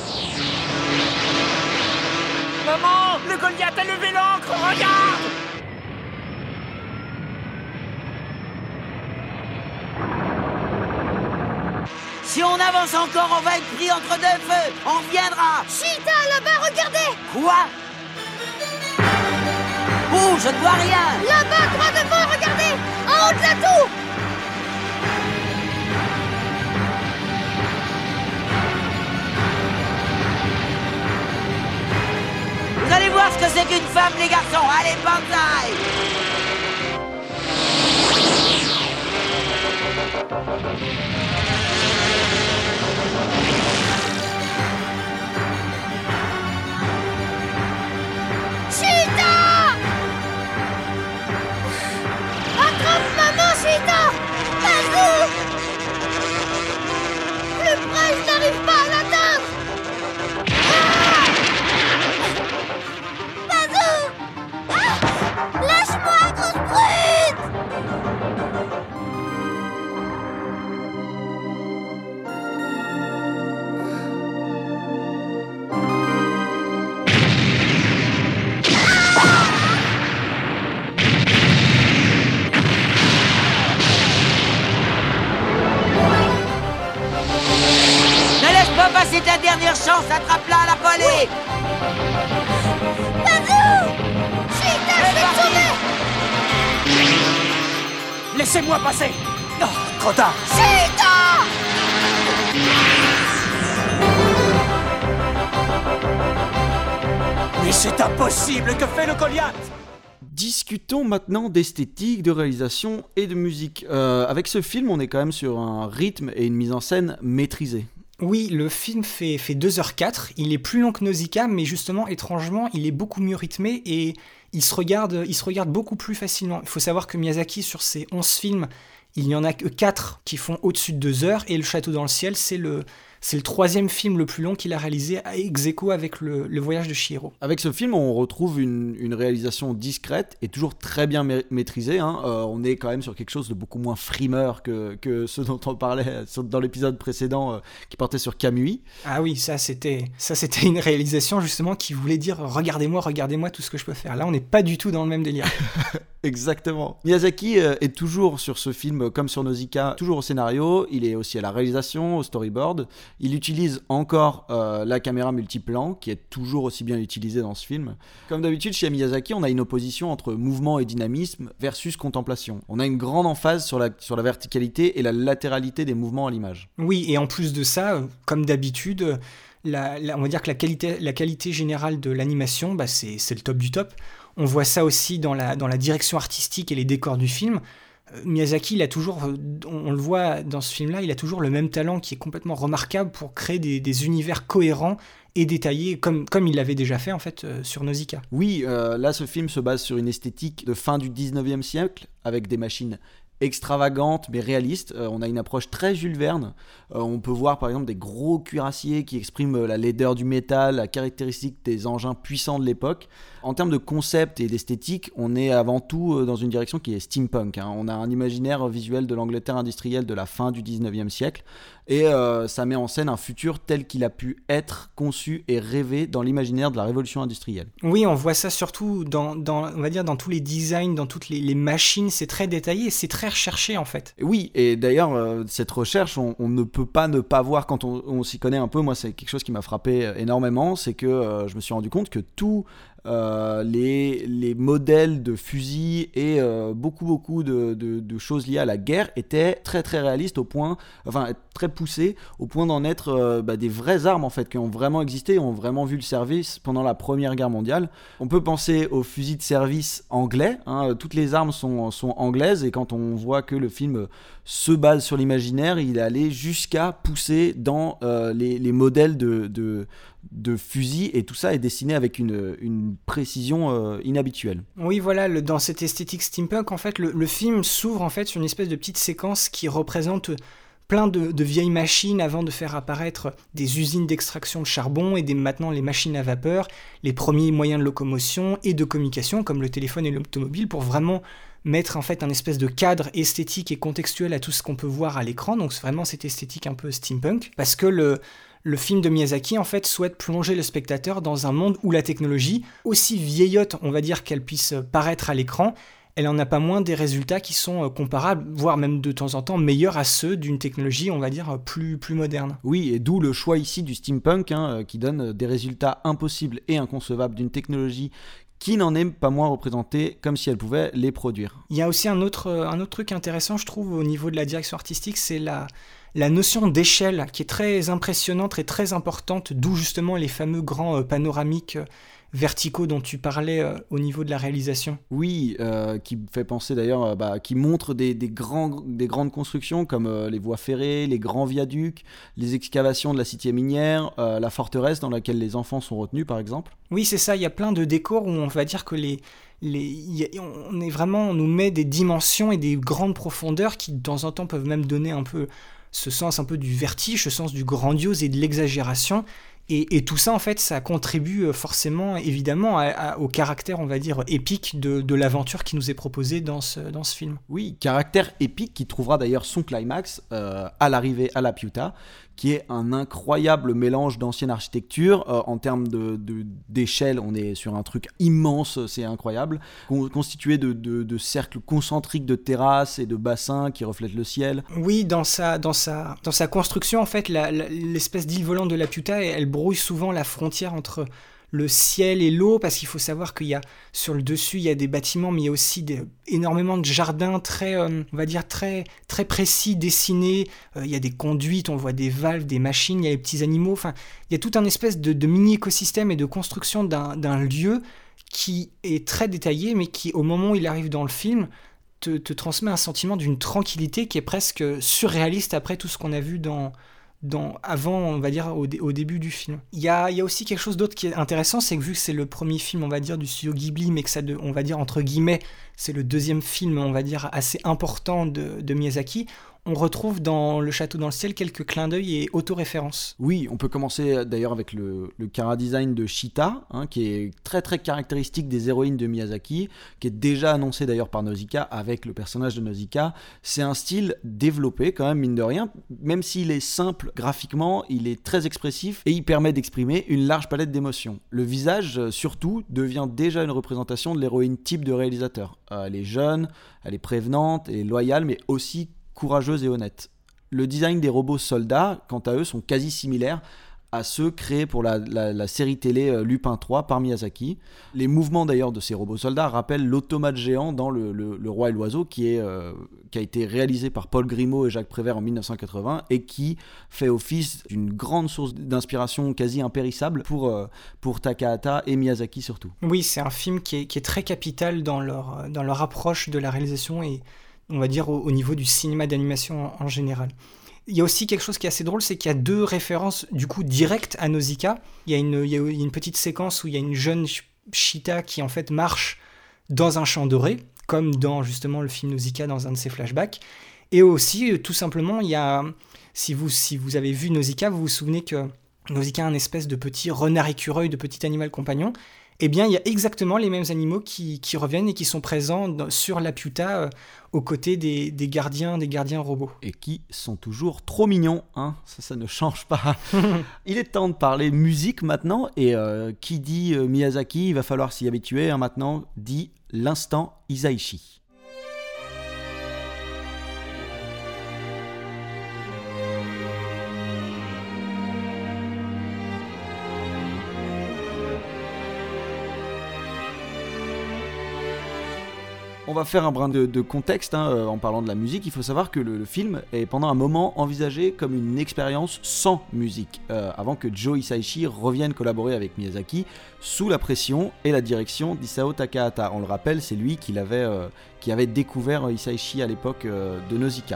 Maman, le Goliath a levé l'ancre, regarde! Si on avance encore, on va être pris entre deux feux. On viendra. Cheetah, là-bas, regardez. Quoi? Où? Je ne vois rien. Là-bas, droit devant, regardez. En haut de la tour. Vous allez voir ce que c'est qu'une femme, les garçons. Allez, banzai. Cheetah! Attrape maman, Cheetah! Bazou! Plus près, je n'arrive pas à l'atteindre! Ah! Bazou! Ah! Lâche-moi, grosse brute! C'est ta dernière chance, attrape-la à la volée! Bazou! Cheetah, je vais te sauver! Laissez-moi passer. Oh, trop tard. Cheetah! Mais c'est impossible. Que fait le Goliath? Discutons maintenant d'esthétique, de réalisation et de musique. Euh, avec ce film, on est quand même sur un rythme et une mise en scène maîtrisée. Oui, le film fait, fait deux heures quatre, il est plus long que Nausicaa, mais justement, étrangement, il est beaucoup mieux rythmé et il se regarde, il se regarde beaucoup plus facilement. Il faut savoir que Miyazaki, sur ses onze films, il n'y en a que quatre qui font au-dessus de deux heures, et Le Château dans le ciel, c'est le, c'est le troisième film le plus long qu'il a réalisé, ex aequo avec le, le Voyage de Chihiro. Avec ce film, on retrouve une, une réalisation discrète et toujours très bien ma- maîtrisée. Hein. Euh, on est quand même sur quelque chose de beaucoup moins frimeur que, que ce dont on parlait dans l'épisode précédent euh, qui portait sur Kamui. Ah oui, ça c'était, ça c'était une réalisation justement qui voulait dire « Regardez-moi, regardez-moi tout ce que je peux faire ». Là, on n'est pas du tout dans le même délire. Exactement. Miyazaki euh, est toujours sur ce film, comme sur Nausicaa, toujours au scénario. Il est aussi à la réalisation, au storyboard. Il utilise encore euh, la caméra multiplan, qui est toujours aussi bien utilisée dans ce film. Comme d'habitude, chez Miyazaki, on a une opposition entre mouvement et dynamisme versus contemplation. On a une grande emphase sur la, sur la verticalité et la latéralité des mouvements à l'image. Oui, et en plus de ça, comme d'habitude, la, la, on va dire que la qualité, la qualité générale de l'animation, bah c'est, c'est le top du top. On voit ça aussi dans la, dans la direction artistique et les décors du film. Euh, Miyazaki, il a toujours, on, on le voit dans ce film-là, il a toujours le même talent qui est complètement remarquable pour créer des, des univers cohérents et détaillés, comme, comme il l'avait déjà fait en fait euh, sur Nausicaa. Oui, euh, là ce film se base sur une esthétique de fin du dix-neuvième siècle, avec des machines extravagante mais réaliste. Euh, on a une approche très Jules Verne. Euh, on peut voir par exemple des gros cuirassiers qui expriment euh, la laideur du métal, la caractéristique des engins puissants de l'époque. En termes de concept et d'esthétique, on est avant tout euh, dans une direction qui est steampunk. Hein. On a un imaginaire visuel de l'Angleterre industrielle de la fin du dix-neuvième siècle et euh, ça met en scène un futur tel qu'il a pu être conçu et rêvé dans l'imaginaire de la révolution industrielle. Oui, on voit ça surtout dans, dans, on va dire dans tous les designs, dans toutes les, les machines, c'est très détaillé et c'est très recherché en fait. Oui, et d'ailleurs, euh, cette recherche, on, on ne peut pas ne pas voir quand on, on s'y connaît un peu. Moi, c'est quelque chose qui m'a frappé énormément, c'est que euh, je me suis rendu compte que tout Euh, les, les modèles de fusils et euh, beaucoup beaucoup de, de, de choses liées à la guerre étaient très très réalistes au point, enfin très poussés au point d'en être euh, bah, des vraies armes en fait qui ont vraiment existé, ont vraiment vu le service pendant la Première Guerre mondiale. On peut penser aux fusils de service anglais, hein, toutes les armes sont, sont anglaises et quand on voit que le film se base sur l'imaginaire, il est allé jusqu'à pousser dans euh, les, les modèles de, de de fusils et tout ça est dessiné avec une, une précision euh, inhabituelle. Oui, voilà, le, dans cette esthétique steampunk, en fait, le, le film s'ouvre en fait sur une espèce de petite séquence qui représente plein de, de vieilles machines avant de faire apparaître des usines d'extraction de charbon et des, maintenant les machines à vapeur, les premiers moyens de locomotion et de communication comme le téléphone et l'automobile pour vraiment mettre en fait un espèce de cadre esthétique et contextuel à tout ce qu'on peut voir à l'écran. Donc c'est vraiment cette esthétique un peu steampunk parce que le Le film de Miyazaki, en fait, souhaite plonger le spectateur dans un monde où la technologie, aussi vieillotte, on va dire qu'elle puisse paraître à l'écran, elle en a pas moins des résultats qui sont comparables, voire même de temps en temps meilleurs à ceux d'une technologie, on va dire, plus, plus moderne. Oui, et d'où le choix ici du steampunk, hein, qui donne des résultats impossibles et inconcevables d'une technologie qui n'en est pas moins représentée comme si elle pouvait les produire. Il y a aussi un autre, un autre truc intéressant, je trouve, au niveau de la direction artistique, c'est la... la notion d'échelle qui est très impressionnante et très importante, d'où justement les fameux grands euh, panoramiques euh, verticaux dont tu parlais euh, au niveau de la réalisation. Oui, euh, qui fait penser d'ailleurs, euh, bah, qui montre des, des, grands, des grandes constructions comme euh, les voies ferrées, les grands viaducs, les excavations de la cité minière, euh, la forteresse dans laquelle les enfants sont retenus par exemple. Oui, c'est ça, il y a plein de décors où on va dire que les... Les, y a, on est vraiment, on nous met des dimensions et des grandes profondeurs qui de temps en temps peuvent même donner un peu ce sens un peu du vertige, ce sens du grandiose et de l'exagération. Et, et tout ça, en fait, ça contribue forcément, évidemment, à, à, au caractère, on va dire, épique de, de l'aventure qui nous est proposée dans ce, dans ce film. Oui, caractère épique qui trouvera d'ailleurs son climax euh, à l'arrivée à La Piuta, qui est un incroyable mélange d'ancienne architecture. Euh, en termes de, de, d'échelle, on est sur un truc immense, c'est incroyable, con, constitué de, de, de cercles concentriques de terrasses et de bassins qui reflètent le ciel. Oui, dans sa, dans sa, dans sa construction, en fait, la, la, l'espèce d'île volante de La Piuta, elle brouille souvent la frontière entre le ciel et l'eau, parce qu'il faut savoir qu'il y a sur le dessus il y a des bâtiments, mais il y a aussi des, énormément de jardins très, euh, on va dire très très précis, dessinés. Euh, il y a des conduites, on voit des valves, des machines, il y a les petits animaux. Enfin, il y a tout un espèce de, de mini écosystème et de construction d'un, d'un lieu qui est très détaillé, mais qui au moment où il arrive dans le film te, te transmet un sentiment d'une tranquillité qui est presque surréaliste après tout ce qu'on a vu dans Dans, avant, on va dire, au, dé, au début du film. Il y a, il y a aussi quelque chose d'autre qui est intéressant, c'est que vu que c'est le premier film, on va dire, du studio Ghibli, mais que ça, de, on va dire, entre guillemets, c'est le deuxième film, on va dire, assez important de, de Miyazaki, on retrouve dans Le Château dans le ciel quelques clins d'œil et autoréférences. Oui, on peut commencer d'ailleurs avec le, le chara-design de Chita, hein, qui est très très caractéristique des héroïnes de Miyazaki, qui est déjà annoncé d'ailleurs par Nausicaa avec le personnage de Nausicaa. C'est un style développé quand même, mine de rien, même s'il est simple graphiquement, il est très expressif et il permet d'exprimer une large palette d'émotions. Le visage, surtout, devient déjà une représentation de l'héroïne type de réalisateur. Euh, elle est jeune, elle est prévenante, elle est loyale, mais aussi courageuse et honnête. Le design des robots soldats, quant à eux, sont quasi similaires à ceux créés pour la, la, la série télé euh, Lupin trois par Miyazaki. Les mouvements d'ailleurs de ces robots soldats rappellent l'automate géant dans Le, le, le Roi et l'Oiseau, qui, est, euh, qui a été réalisé par Paul Grimaud et Jacques Prévert en dix-neuf cent quatre-vingts et qui fait office d'une grande source d'inspiration quasi impérissable pour, euh, pour Takahata et Miyazaki surtout. Oui, c'est un film qui est, qui est très capital dans leur, dans leur approche de la réalisation et on va dire au, au niveau du cinéma d'animation en, en général. Il y a aussi quelque chose qui est assez drôle, c'est qu'il y a deux références du coup directes à Nausicaa. Il y a une, il y a une petite séquence où il y a une jeune Chita qui en fait marche dans un champ doré, comme dans justement le film Nausicaa dans un de ses flashbacks. Et aussi, tout simplement, il y a, si vous, si vous avez vu Nausicaa, vous vous souvenez que Nausicaa a un espèce de petit renard écureuil, de petit animal compagnon. Eh bien, il y a exactement les mêmes animaux qui, qui reviennent et qui sont présents dans, sur la Piuta euh, aux côtés des, des gardiens, des gardiens robots. Et qui sont toujours trop mignons, hein, ça, ça ne change pas. Il est temps de parler musique maintenant, et euh, qui dit euh, Miyazaki, il va falloir s'y habituer, hein, maintenant, dit l'instant Hisaishi. On va faire un brin de, de contexte hein, euh, en parlant de la musique. Il faut savoir que le, le film est pendant un moment envisagé comme une expérience sans musique, euh, avant que Joe Hisaishi revienne collaborer avec Miyazaki sous la pression et la direction d'Isao Takahata. On le rappelle, c'est lui qui, l'avait, euh, qui avait découvert Hisaishi à l'époque euh, de Nausicaa.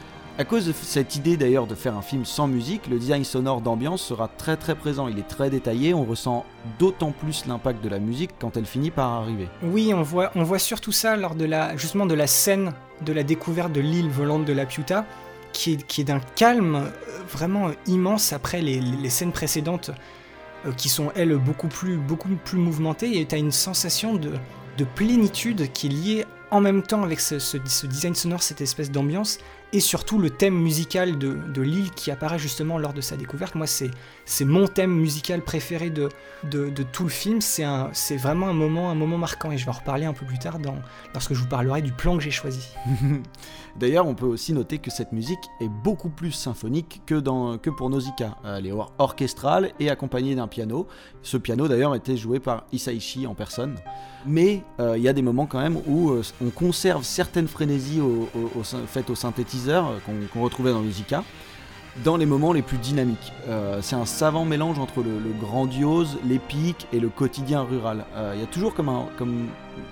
À cause de cette idée d'ailleurs de faire un film sans musique, le design sonore d'ambiance sera très très présent, il est très détaillé, on ressent d'autant plus l'impact de la musique quand elle finit par arriver. Oui, on voit, on voit surtout ça lors de la, justement de la scène de la découverte de l'île volante de la Piuta, qui est, qui est d'un calme vraiment immense après les, les scènes précédentes euh, qui sont elles beaucoup plus, beaucoup plus mouvementées, et tu as une sensation de, de plénitude qui est liée en même temps avec ce, ce, ce design sonore, cette espèce d'ambiance, et surtout le thème musical de, de l'île qui apparaît justement lors de sa découverte. Moi, c'est, c'est mon thème musical préféré de, de, de tout le film. C'est, un, c'est vraiment un moment, un moment marquant, et je vais en reparler un peu plus tard dans, lorsque je vous parlerai du plan que j'ai choisi. D'ailleurs, on peut aussi noter que cette musique est beaucoup plus symphonique que, dans, que pour Nausicaa. Elle est or- orchestrale et accompagnée d'un piano. Ce piano, d'ailleurs, était joué par Hisaishi en personne. Mais il euh, y a des moments quand même où euh, on conserve certaines frénésies au, au, au, faites au synthétiseur euh, qu'on, qu'on retrouvait dans Nausicaa dans les moments les plus dynamiques. Euh, c'est un savant mélange entre le, le grandiose, l'épique et le quotidien rural. Il euh, y a toujours comme un, comme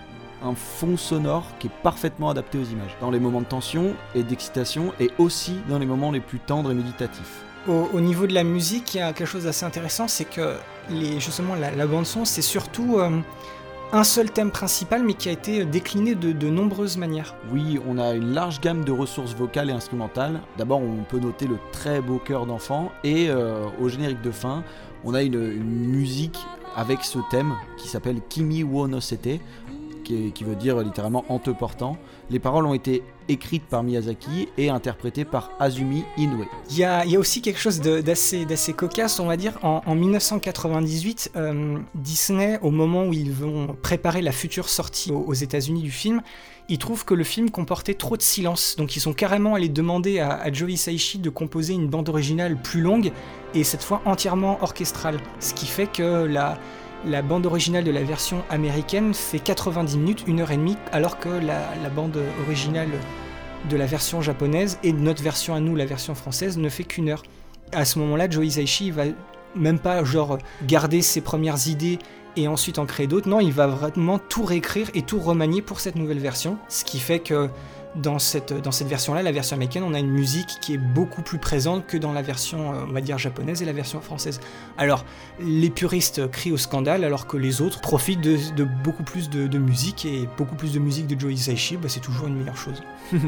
un fond sonore qui est parfaitement adapté aux images, dans les moments de tension et d'excitation, et aussi dans les moments les plus tendres et méditatifs. Au, au niveau de la musique, il y a quelque chose d'assez intéressant, c'est que les, justement la, la bande-son, c'est surtout euh, un seul thème principal, mais qui a été décliné de, de nombreuses manières. Oui, on a une large gamme de ressources vocales et instrumentales. D'abord, on peut noter le très beau chœur d'enfant, et euh, au générique de fin, on a une, une musique avec ce thème qui s'appelle Kimi wo no Sete, qui, qui veut dire littéralement en te portant. Les paroles ont été écrites par Miyazaki et interprétées par Azumi Inoue. Il y a, il y a aussi quelque chose de, d'assez, d'assez cocasse, on va dire. En, en dix-neuf cent quatre-vingt-dix-huit, euh, Disney, au moment où ils vont préparer la future sortie aux, aux États-Unis du film, ils trouvent que le film comportait trop de silence. Donc ils sont carrément allés demander à, à Joe Hisaishi de composer une bande originale plus longue, et cette fois entièrement orchestrale. Ce qui fait que la... la bande originale de la version américaine fait quatre-vingt-dix minutes, une heure et demie, alors que la, la bande originale de la version japonaise et de notre version à nous, la version française, ne fait qu'une heure. À ce moment-là, Joe Hisaishi va même pas genre garder ses premières idées et ensuite en créer d'autres. Non, il va vraiment tout réécrire et tout remanier pour cette nouvelle version, ce qui fait que dans cette, dans cette version-là, la version américaine, on a une musique qui est beaucoup plus présente que dans la version, on va dire, japonaise et la version française. Alors, les puristes crient au scandale, alors que les autres profitent de, de beaucoup plus de, de musique, et beaucoup plus de musique de Joe Hisaishi, bah, c'est toujours une meilleure chose.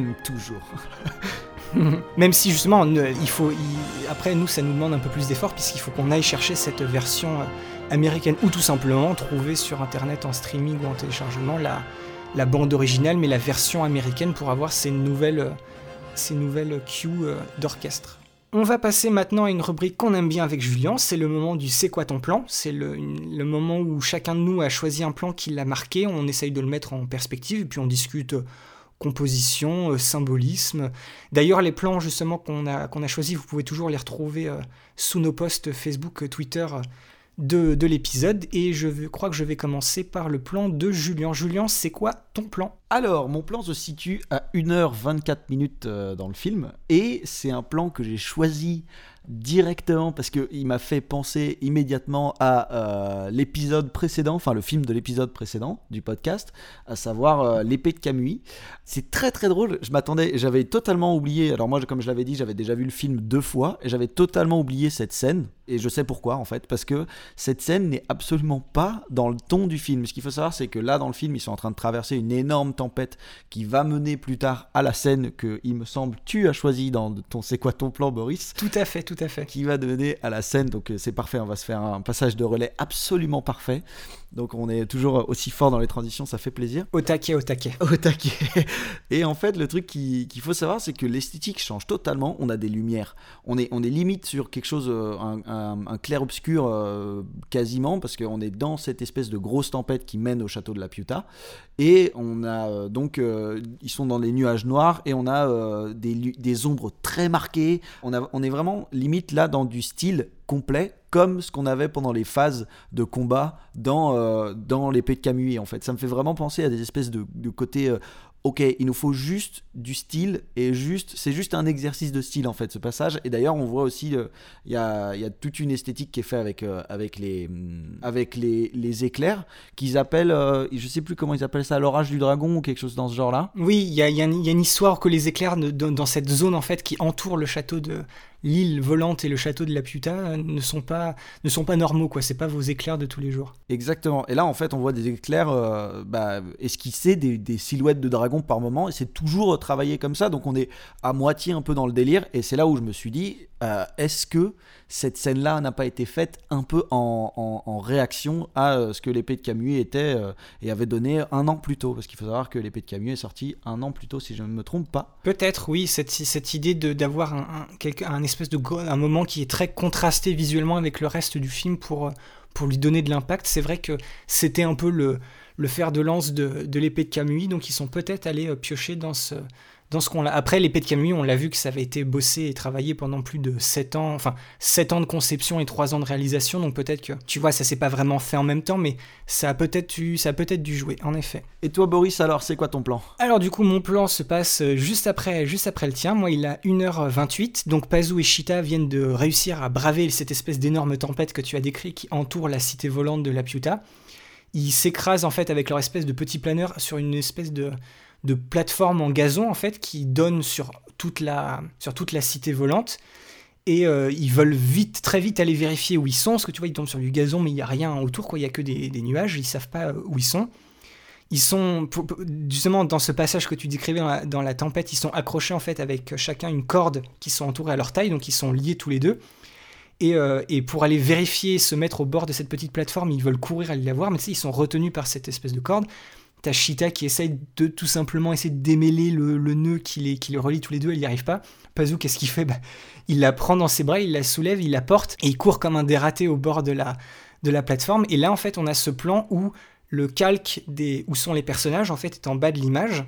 Toujours. Même si, justement, il faut, il, après, nous, ça nous demande un peu plus d'efforts, puisqu'il faut qu'on aille chercher cette version américaine, ou tout simplement trouver sur Internet, en streaming ou en téléchargement, la... la bande originale, mais la version américaine pour avoir ces nouvelles, ces nouvelles cues d'orchestre. On va passer maintenant à une rubrique qu'on aime bien avec Julien, c'est le moment du « C'est quoi ton plan ?». C'est le, une, le moment où chacun de nous a choisi un plan qui l'a marqué, on essaye de le mettre en perspective, et puis on discute composition, symbolisme. D'ailleurs, les plans justement qu'on a, qu'on a choisis, vous pouvez toujours les retrouver sous nos posts Facebook, Twitter, De, de l'épisode, et je vais, crois que je vais commencer par le plan de Julien. Julien, c'est quoi ton plan ? Alors, mon plan se situe à une heure vingt-quatre minutes euh, dans le film, et c'est un plan que j'ai choisi directement parce qu'il m'a fait penser immédiatement à euh, l'épisode précédent, enfin le film de l'épisode précédent du podcast, à savoir euh, l'épée de Kamui. C'est très très drôle, je m'attendais, j'avais totalement oublié, alors moi comme je l'avais dit, j'avais déjà vu le film deux fois, et j'avais totalement oublié cette scène, et je sais pourquoi en fait, parce que cette scène n'est absolument pas dans le ton du film. Ce qu'il faut savoir, c'est que là dans le film, ils sont en train de traverser une énorme tempête qui va mener plus tard à la scène que, il me semble, tu as choisi dans ton C'est quoi ton plan, Boris ? Tout à fait, tout à fait. Qui va mener à la scène, donc c'est parfait, on va se faire un passage de relais absolument parfait. Donc on est toujours aussi fort dans les transitions, ça fait plaisir. Au taquet, au taquet. Au taquet. Et en fait, le truc qui, qu'il faut savoir, c'est que l'esthétique change totalement. On a des lumières. On est, on est limite sur quelque chose, un, un, un clair-obscur euh, quasiment, parce qu'on est dans cette espèce de grosse tempête qui mène au château de la Piuta. Et on a euh, donc, euh, ils sont dans des nuages noirs, et on a euh, des, des ombres très marquées. On, a, on est vraiment limite là dans du style complet, comme ce qu'on avait pendant les phases de combat dans, euh, dans l'épée de Kamui, en fait. Ça me fait vraiment penser à des espèces de, de côté... Euh, ok, il nous faut juste du style, et juste, c'est juste un exercice de style, en fait, ce passage. Et d'ailleurs, on voit aussi, il euh, y, a, y a toute une esthétique qui est faite avec, euh, avec, les, avec les, les éclairs, qu'ils appellent, euh, je sais plus comment ils appellent ça, l'orage du dragon, ou quelque chose dans ce genre-là. Oui, il y a, y, a y a une histoire que les éclairs, de, de, dans cette zone, en fait, qui entoure le château de... l'île volante et le château de la Piuta ne sont pas, ne sont pas normaux, quoi. C'est pas vos éclairs de tous les jours. Exactement. Et là, en fait, on voit des éclairs euh, bah, esquisser des, des silhouettes de dragons par moment, et c'est toujours travaillé comme ça. Donc, on est à moitié un peu dans le délire. Et c'est là où je me suis dit, euh, est-ce que cette scène-là n'a pas été faite un peu en, en, en réaction à euh, ce que l'épée de Kamui était euh, et avait donné un an plus tôt, parce qu'il faut savoir que l'épée de Kamui est sortie un an plus tôt, si je ne me trompe pas. Peut-être, oui, cette, cette idée de, d'avoir un, un, un espèce de un moment qui est très contrasté visuellement avec le reste du film pour, pour lui donner de l'impact. C'est vrai que c'était un peu le, le fer de lance de, de l'épée de Kamui, donc ils sont peut-être allés piocher dans ce... dans ce qu'on l'a. Après, l'épée de Kamui, on l'a vu que ça avait été bossé et travaillé pendant plus de sept ans, enfin sept ans de conception et trois ans de réalisation, donc peut-être que, tu vois, ça s'est pas vraiment fait en même temps, mais ça a peut-être eu, ça a peut-être dû jouer, en effet. Et toi, Boris, alors, c'est quoi ton plan ? Alors du coup, mon plan se passe juste après, juste après le tien. Moi, il a une heure vingt-huit, donc Pazu et Chita viennent de réussir à braver cette espèce d'énorme tempête que tu as décrit qui entoure la cité volante de la Piuta. Ils s'écrasent en fait avec leur espèce de petit planeur sur une espèce de... de plateforme en gazon en fait qui donne sur toute la, sur toute la cité volante, et euh, ils veulent vite, très vite aller vérifier où ils sont, parce que tu vois, ils tombent sur du gazon mais il n'y a rien autour, quoi. Il n'y a que des, des nuages, ils ne savent pas où ils sont. Ils sont, justement dans ce passage que tu décrivais dans la, dans la tempête, ils sont accrochés en fait avec chacun une corde qui sont entourés à leur taille, donc ils sont liés tous les deux. Et, euh, et pour aller vérifier, se mettre au bord de cette petite plateforme, ils veulent courir aller la voir, mais tu sais, ils sont retenus par cette espèce de corde. T'as Chita qui essaye de tout simplement essayer de démêler le, le nœud qui les, qui les relie tous les deux, elle n'y arrive pas. Pazu, qu'est-ce qu'il fait ? bah, Il la prend dans ses bras, il la soulève, il la porte, et il court comme un dératé au bord de la, de la plateforme. Et là, en fait, on a ce plan où le calque des, où sont les personnages, en fait, est en bas de l'image,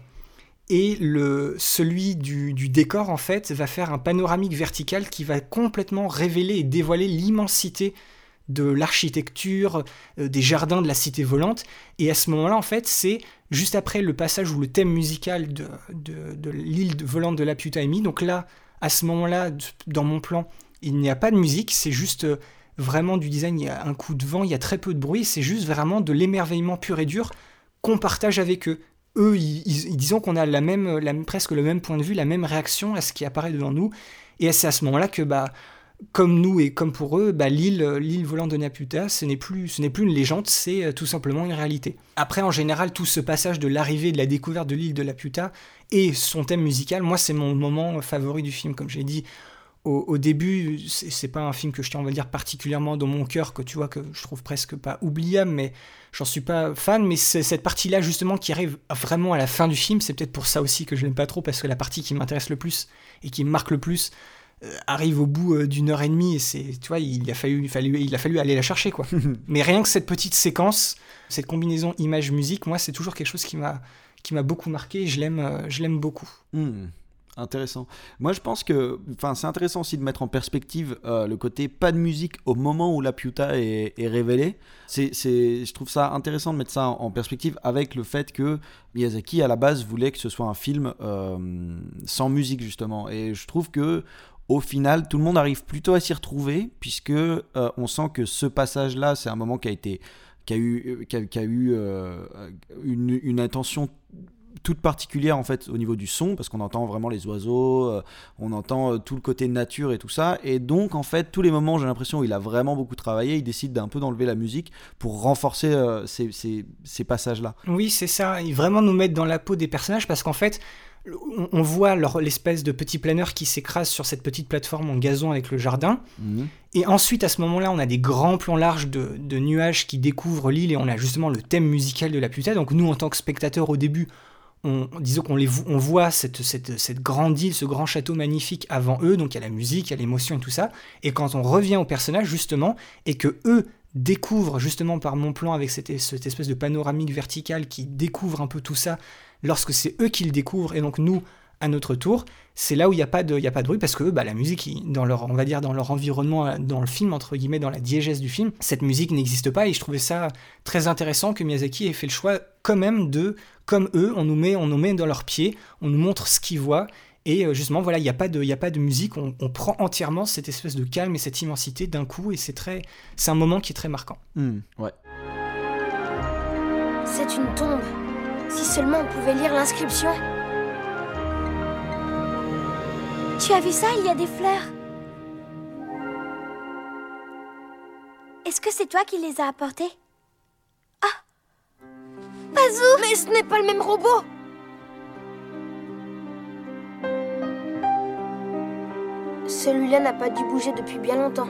et le, celui du, du décor, en fait, va faire un panoramique vertical qui va complètement révéler et dévoiler l'immensité de l'architecture, euh, des jardins de la cité volante. Et à ce moment-là, en fait, c'est juste après le passage où le thème musical de, de, de l'île volante de Laputa est mis. Donc là, à ce moment-là, dans mon plan, il n'y a pas de musique, c'est juste euh, vraiment du design, il y a un coup de vent, il y a très peu de bruit, c'est juste vraiment de l'émerveillement pur et dur qu'on partage avec eux. Eux, ils, ils, disons qu'on a la même, la, presque le même point de vue, la même réaction à ce qui apparaît devant nous. Et c'est à ce moment-là que, bah, comme nous et comme pour eux, bah, l'île, l'île volante de Laputa, ce n'est plus, ce n'est plus une légende, c'est tout simplement une réalité. Après, en général, tout ce passage de l'arrivée, de la découverte de l'île de Laputa et son thème musical, moi, c'est mon moment favori du film. Comme j'ai dit au, au début, c'est, c'est pas un film que je tiens, on va dire, particulièrement dans mon cœur, que tu vois, que je trouve presque pas oubliable, mais j'en suis pas fan. Mais c'est cette partie-là, justement, qui arrive vraiment à la fin du film, c'est peut-être pour ça aussi que je l'aime pas trop, parce que la partie qui m'intéresse le plus et qui me marque le plus, arrive au bout euh, d'une heure et demie et c'est, tu vois, il a fallu, il fallu, il a fallu aller la chercher, quoi. Mais rien que cette petite séquence, cette combinaison image-musique, moi, c'est toujours quelque chose qui m'a, qui m'a beaucoup marqué et je l'aime, euh, je l'aime beaucoup. Mmh. Intéressant. Moi, je pense que, enfin, c'est intéressant aussi de mettre en perspective euh, le côté pas de musique au moment où Laputa est, est révélé. C'est, c'est, je trouve ça intéressant de mettre ça en, en perspective avec le fait que Miyazaki, à la base, voulait que ce soit un film euh, sans musique, justement. Et je trouve que au final, tout le monde arrive plutôt à s'y retrouver, puisque euh, on sent que ce passage-là, c'est un moment qui a été, qui a eu, qui a, qui a eu euh, une, une intention toute particulière en fait au niveau du son, parce qu'on entend vraiment les oiseaux, euh, on entend euh, tout le côté nature et tout ça, et donc en fait tous les moments, j'ai l'impression où il a vraiment beaucoup travaillé, il décide d'un peu d'enlever la musique pour renforcer euh, ces, ces, ces passages-là. Oui, c'est ça, et vraiment nous mettre dans la peau des personnages, parce qu'en fait on voit leur, l'espèce de petit planeur qui s'écrase sur cette petite plateforme en gazon avec le jardin. Mmh. Et ensuite, à ce moment-là, on a des grands plans larges de, de nuages qui découvrent l'île et on a justement le thème musical de Laputa. Donc nous, en tant que spectateurs, au début, on, disons qu'on les, on voit cette, cette, cette grande île, ce grand château magnifique avant eux. Donc il y a la musique, il y a l'émotion et tout ça. Et quand on revient aux personnages, justement, et que eux découvrent, justement par mon plan avec cette, cette espèce de panoramique verticale qui découvre un peu tout ça, lorsque c'est eux qui le découvrent et donc nous à notre tour, c'est là où il n'y a pas de, il y a pas de bruit parce que bah, la musique, dans leur, on va dire dans leur environnement, dans le film entre guillemets, dans la diégèse du film, cette musique n'existe pas et je trouvais ça très intéressant que Miyazaki ait fait le choix quand même de, comme eux, on nous met, on nous met dans leurs pieds, on nous montre ce qu'ils voient et justement voilà, il n'y a pas de, il y a pas de musique, on, on prend entièrement cette espèce de calme et cette immensité d'un coup et c'est très, c'est un moment qui est très marquant. Mmh, ouais. C'est une tombe. Si seulement on pouvait lire l'inscription. Tu as vu ça? Il y a des fleurs. Est-ce que c'est toi qui les as apportées? Ah! Pazu! Mais ce n'est pas le même robot! Celui-là n'a pas dû bouger depuis bien longtemps.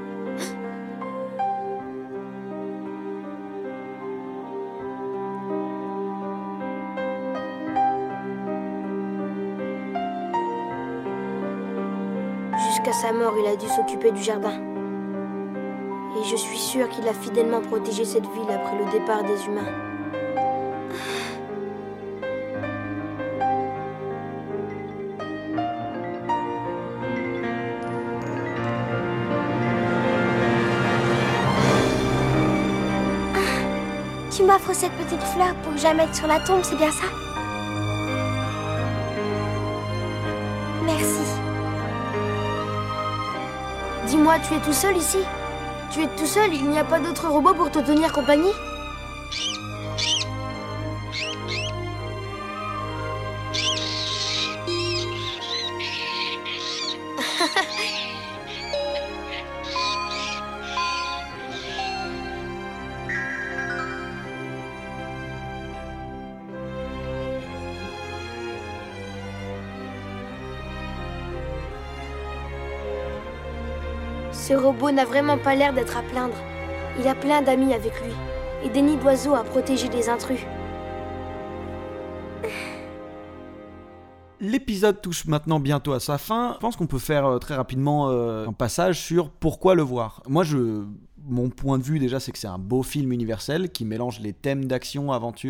Jusqu'à sa mort, il a dû s'occuper du jardin. Et je suis sûre qu'il a fidèlement protégé cette ville après le départ des humains. Tu m'offres cette petite fleur pour que je la mette sur la tombe, c'est bien ça? Merci. Dis-moi, tu es tout seul ici? Tu es tout seul? Il n'y a pas d'autre robot pour te tenir compagnie? Ce robot n'a vraiment pas l'air d'être à plaindre. Il a plein d'amis avec lui et des nids d'oiseaux à protéger des intrus. L'épisode touche maintenant bientôt à sa fin. Je pense qu'on peut faire euh, très rapidement euh, un passage sur pourquoi le voir. Moi, je... mon point de vue déjà, c'est que c'est un beau film universel qui mélange les thèmes d'action, aventure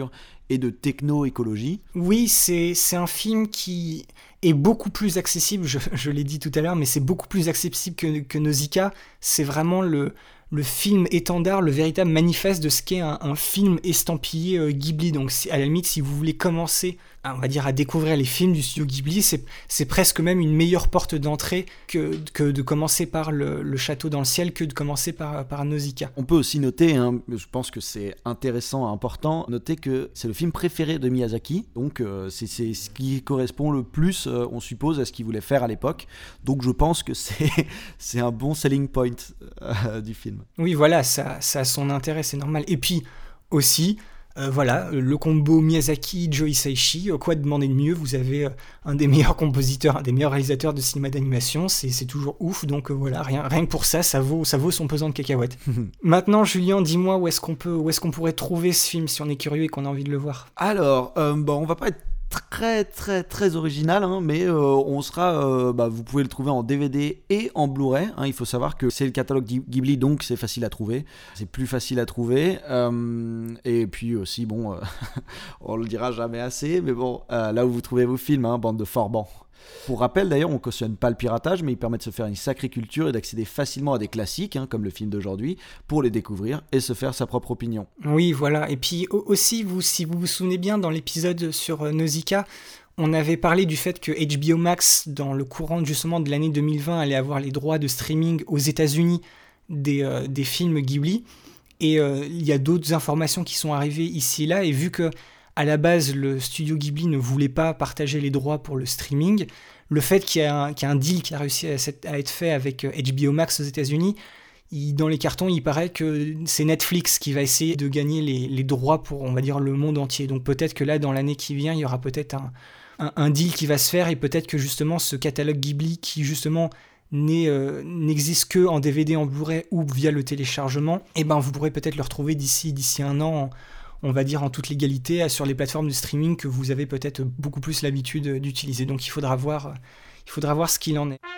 et de techno-écologie. Oui, c'est, c'est un film qui est beaucoup plus accessible, je, je l'ai dit tout à l'heure, mais c'est beaucoup plus accessible que, que Nausicaa. C'est vraiment le, le film étendard, le véritable manifeste de ce qu'est un, un film estampillé euh, Ghibli. Donc à la limite, si vous voulez commencer, à, on va dire, à découvrir les films du studio Ghibli, c'est, c'est presque même une meilleure porte d'entrée que, que de commencer par le, le Château dans le ciel, que de commencer par, par Nausicaa. On peut aussi noter, hein, je pense que c'est intéressant, important, noter que c'est le film préféré de Miyazaki, donc euh, c'est, c'est ce qui correspond le plus, euh, on suppose, à ce qu'il voulait faire à l'époque. Donc je pense que c'est, c'est un bon selling point euh, du film. Oui, voilà, ça, ça a son intérêt, c'est normal. Et puis aussi, euh, voilà, le combo Miyazaki-Joe Hisaishi, quoi demander de mieux? Vous avez euh, un des meilleurs compositeurs, un des meilleurs réalisateurs de cinéma d'animation, c'est, c'est toujours ouf, donc euh, voilà, rien, rien que pour ça, ça vaut, ça vaut son pesant de cacahuètes. Maintenant, Julien, dis-moi où est-ce qu'on peut, où est-ce qu'on pourrait trouver ce film si on est curieux et qu'on a envie de le voir? Alors, euh, bon, on va pas être très très très original, hein, mais euh, on sera, euh, bah, vous pouvez le trouver en D V D et en Blu-ray, hein. Il faut savoir que c'est le catalogue Ghibli, donc c'est facile à trouver, c'est plus facile à trouver, euh, et puis aussi bon, euh, on le dira jamais assez, mais bon, euh, là où vous trouvez vos films, hein, bande de forbans. Pour rappel d'ailleurs, on cautionne pas le piratage, mais il permet de se faire une sacrée culture et d'accéder facilement à des classiques, hein, comme le film d'aujourd'hui, pour les découvrir et se faire sa propre opinion. Oui, voilà. Et puis aussi, vous, si vous vous souvenez bien, dans l'épisode sur Nausicaa, on avait parlé du fait que H B O Max, dans le courant justement de l'année deux mille vingt, allait avoir les droits de streaming aux États-Unis des, euh, des films Ghibli. Et euh, il y a d'autres informations qui sont arrivées ici et là, et vu que à la base, le studio Ghibli ne voulait pas partager les droits pour le streaming. Le fait qu'il y ait un, qu'il y ait un deal qui a réussi à, à être fait avec H B O Max aux États-Unis, il, dans les cartons, il paraît que c'est Netflix qui va essayer de gagner les, les droits pour, on va dire, le monde entier. Donc peut-être que là, dans l'année qui vient, il y aura peut-être un, un, un deal qui va se faire, et peut-être que justement, ce catalogue Ghibli qui, justement, n'est, euh, n'existe que en D V D, en Blu-ray ou via le téléchargement, et ben vous pourrez peut-être le retrouver d'ici, d'ici un an, en, on va dire en toute légalité, sur les plateformes de streaming que vous avez peut-être beaucoup plus l'habitude d'utiliser. Donc il faudra voir, il faudra voir ce qu'il en est.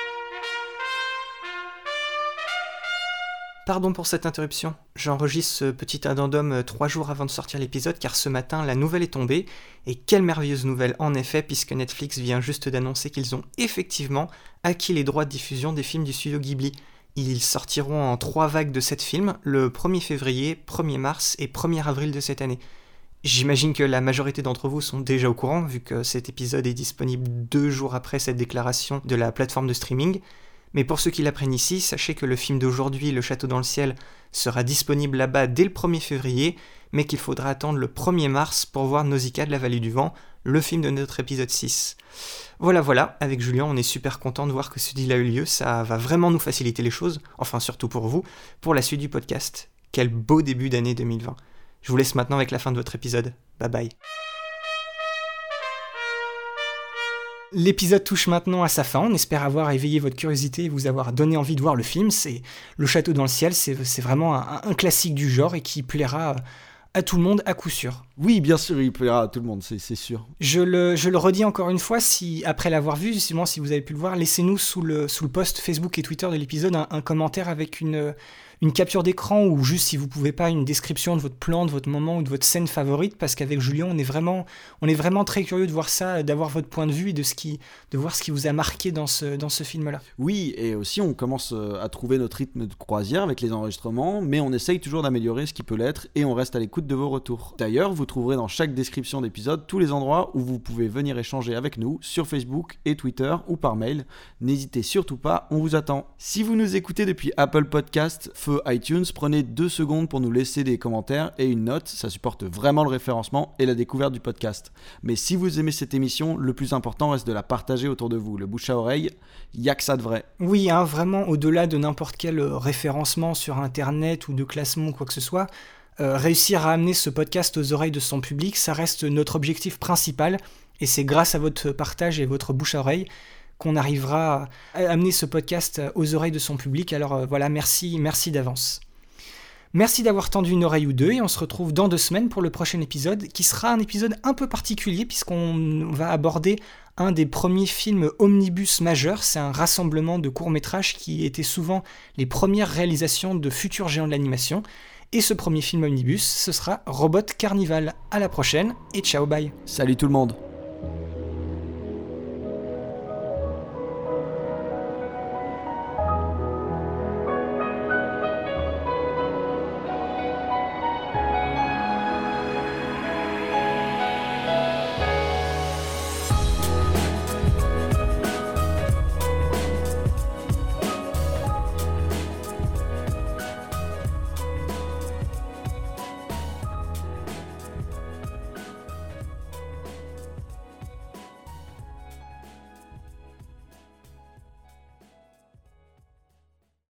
Pardon pour cette interruption, j'enregistre ce petit addendum trois jours avant de sortir l'épisode car ce matin la nouvelle est tombée, et quelle merveilleuse nouvelle en effet, puisque Netflix vient juste d'annoncer qu'ils ont effectivement acquis les droits de diffusion des films du studio Ghibli. Ils sortiront en trois vagues de sept films, le premier février, premier mars et premier avril de cette année. J'imagine que la majorité d'entre vous sont déjà au courant, vu que cet épisode est disponible deux jours après cette déclaration de la plateforme de streaming. Mais pour ceux qui l'apprennent ici, sachez que le film d'aujourd'hui, Le Château dans le ciel, sera disponible là-bas dès le premier février, mais qu'il faudra attendre le premier mars pour voir Nausicaa de la Vallée du Vent, le film de notre épisode six. Voilà, voilà, avec Julien, on est super content de voir que ce deal a eu lieu, ça va vraiment nous faciliter les choses, enfin surtout pour vous, pour la suite du podcast. Quel beau début d'année deux mille vingt. Je vous laisse maintenant avec la fin de votre épisode. Bye bye. L'épisode touche maintenant à sa fin, on espère avoir éveillé votre curiosité et vous avoir donné envie de voir le film. C'est Le Château dans le ciel, c'est, c'est vraiment un, un classique du genre et qui plaira à tout le monde à coup sûr. Oui, bien sûr, il plaira à tout le monde, c'est, c'est sûr. Je le, je le redis encore une fois, si, après l'avoir vu, justement, si vous avez pu le voir, laissez-nous sous le, sous le post Facebook et Twitter de l'épisode un, un commentaire avec une, une capture d'écran ou juste, si vous pouvez pas, une description de votre plan, de votre moment ou de votre scène favorite, parce qu'avec Julien, on est vraiment, on est vraiment très curieux de voir ça, d'avoir votre point de vue et de, ce qui, de voir ce qui vous a marqué dans ce, dans ce film-là. Oui, et aussi on commence à trouver notre rythme de croisière avec les enregistrements, mais on essaye toujours d'améliorer ce qui peut l'être et on reste à l'écoute de vos retours. D'ailleurs, vous trouverez dans chaque description d'épisode tous les endroits où vous pouvez venir échanger avec nous sur Facebook et Twitter ou par mail. N'hésitez surtout pas, on vous attend. Si vous nous écoutez depuis Apple Podcast, feu iTunes, prenez deux secondes pour nous laisser des commentaires et une note, ça supporte vraiment le référencement et la découverte du podcast. Mais si vous aimez cette émission, le plus important reste de la partager autour de vous, le bouche à oreille, y a que ça de vrai. Oui, hein, vraiment, au-delà de n'importe quel référencement sur Internet ou de classement ou quoi que ce soit, Euh, réussir à amener ce podcast aux oreilles de son public, ça reste notre objectif principal, et c'est grâce à votre partage et votre bouche à oreille qu'on arrivera à amener ce podcast aux oreilles de son public. Alors euh, voilà, merci, merci d'avance. Merci d'avoir tendu une oreille ou deux, et on se retrouve dans deux semaines pour le prochain épisode, qui sera un épisode un peu particulier, puisqu'on va aborder un des premiers films omnibus majeurs. C'est un rassemblement de courts-métrages qui étaient souvent les premières réalisations de futurs géants de l'animation. Et ce premier film omnibus, ce sera Robot Carnival. À la prochaine et ciao bye. Salut tout le monde.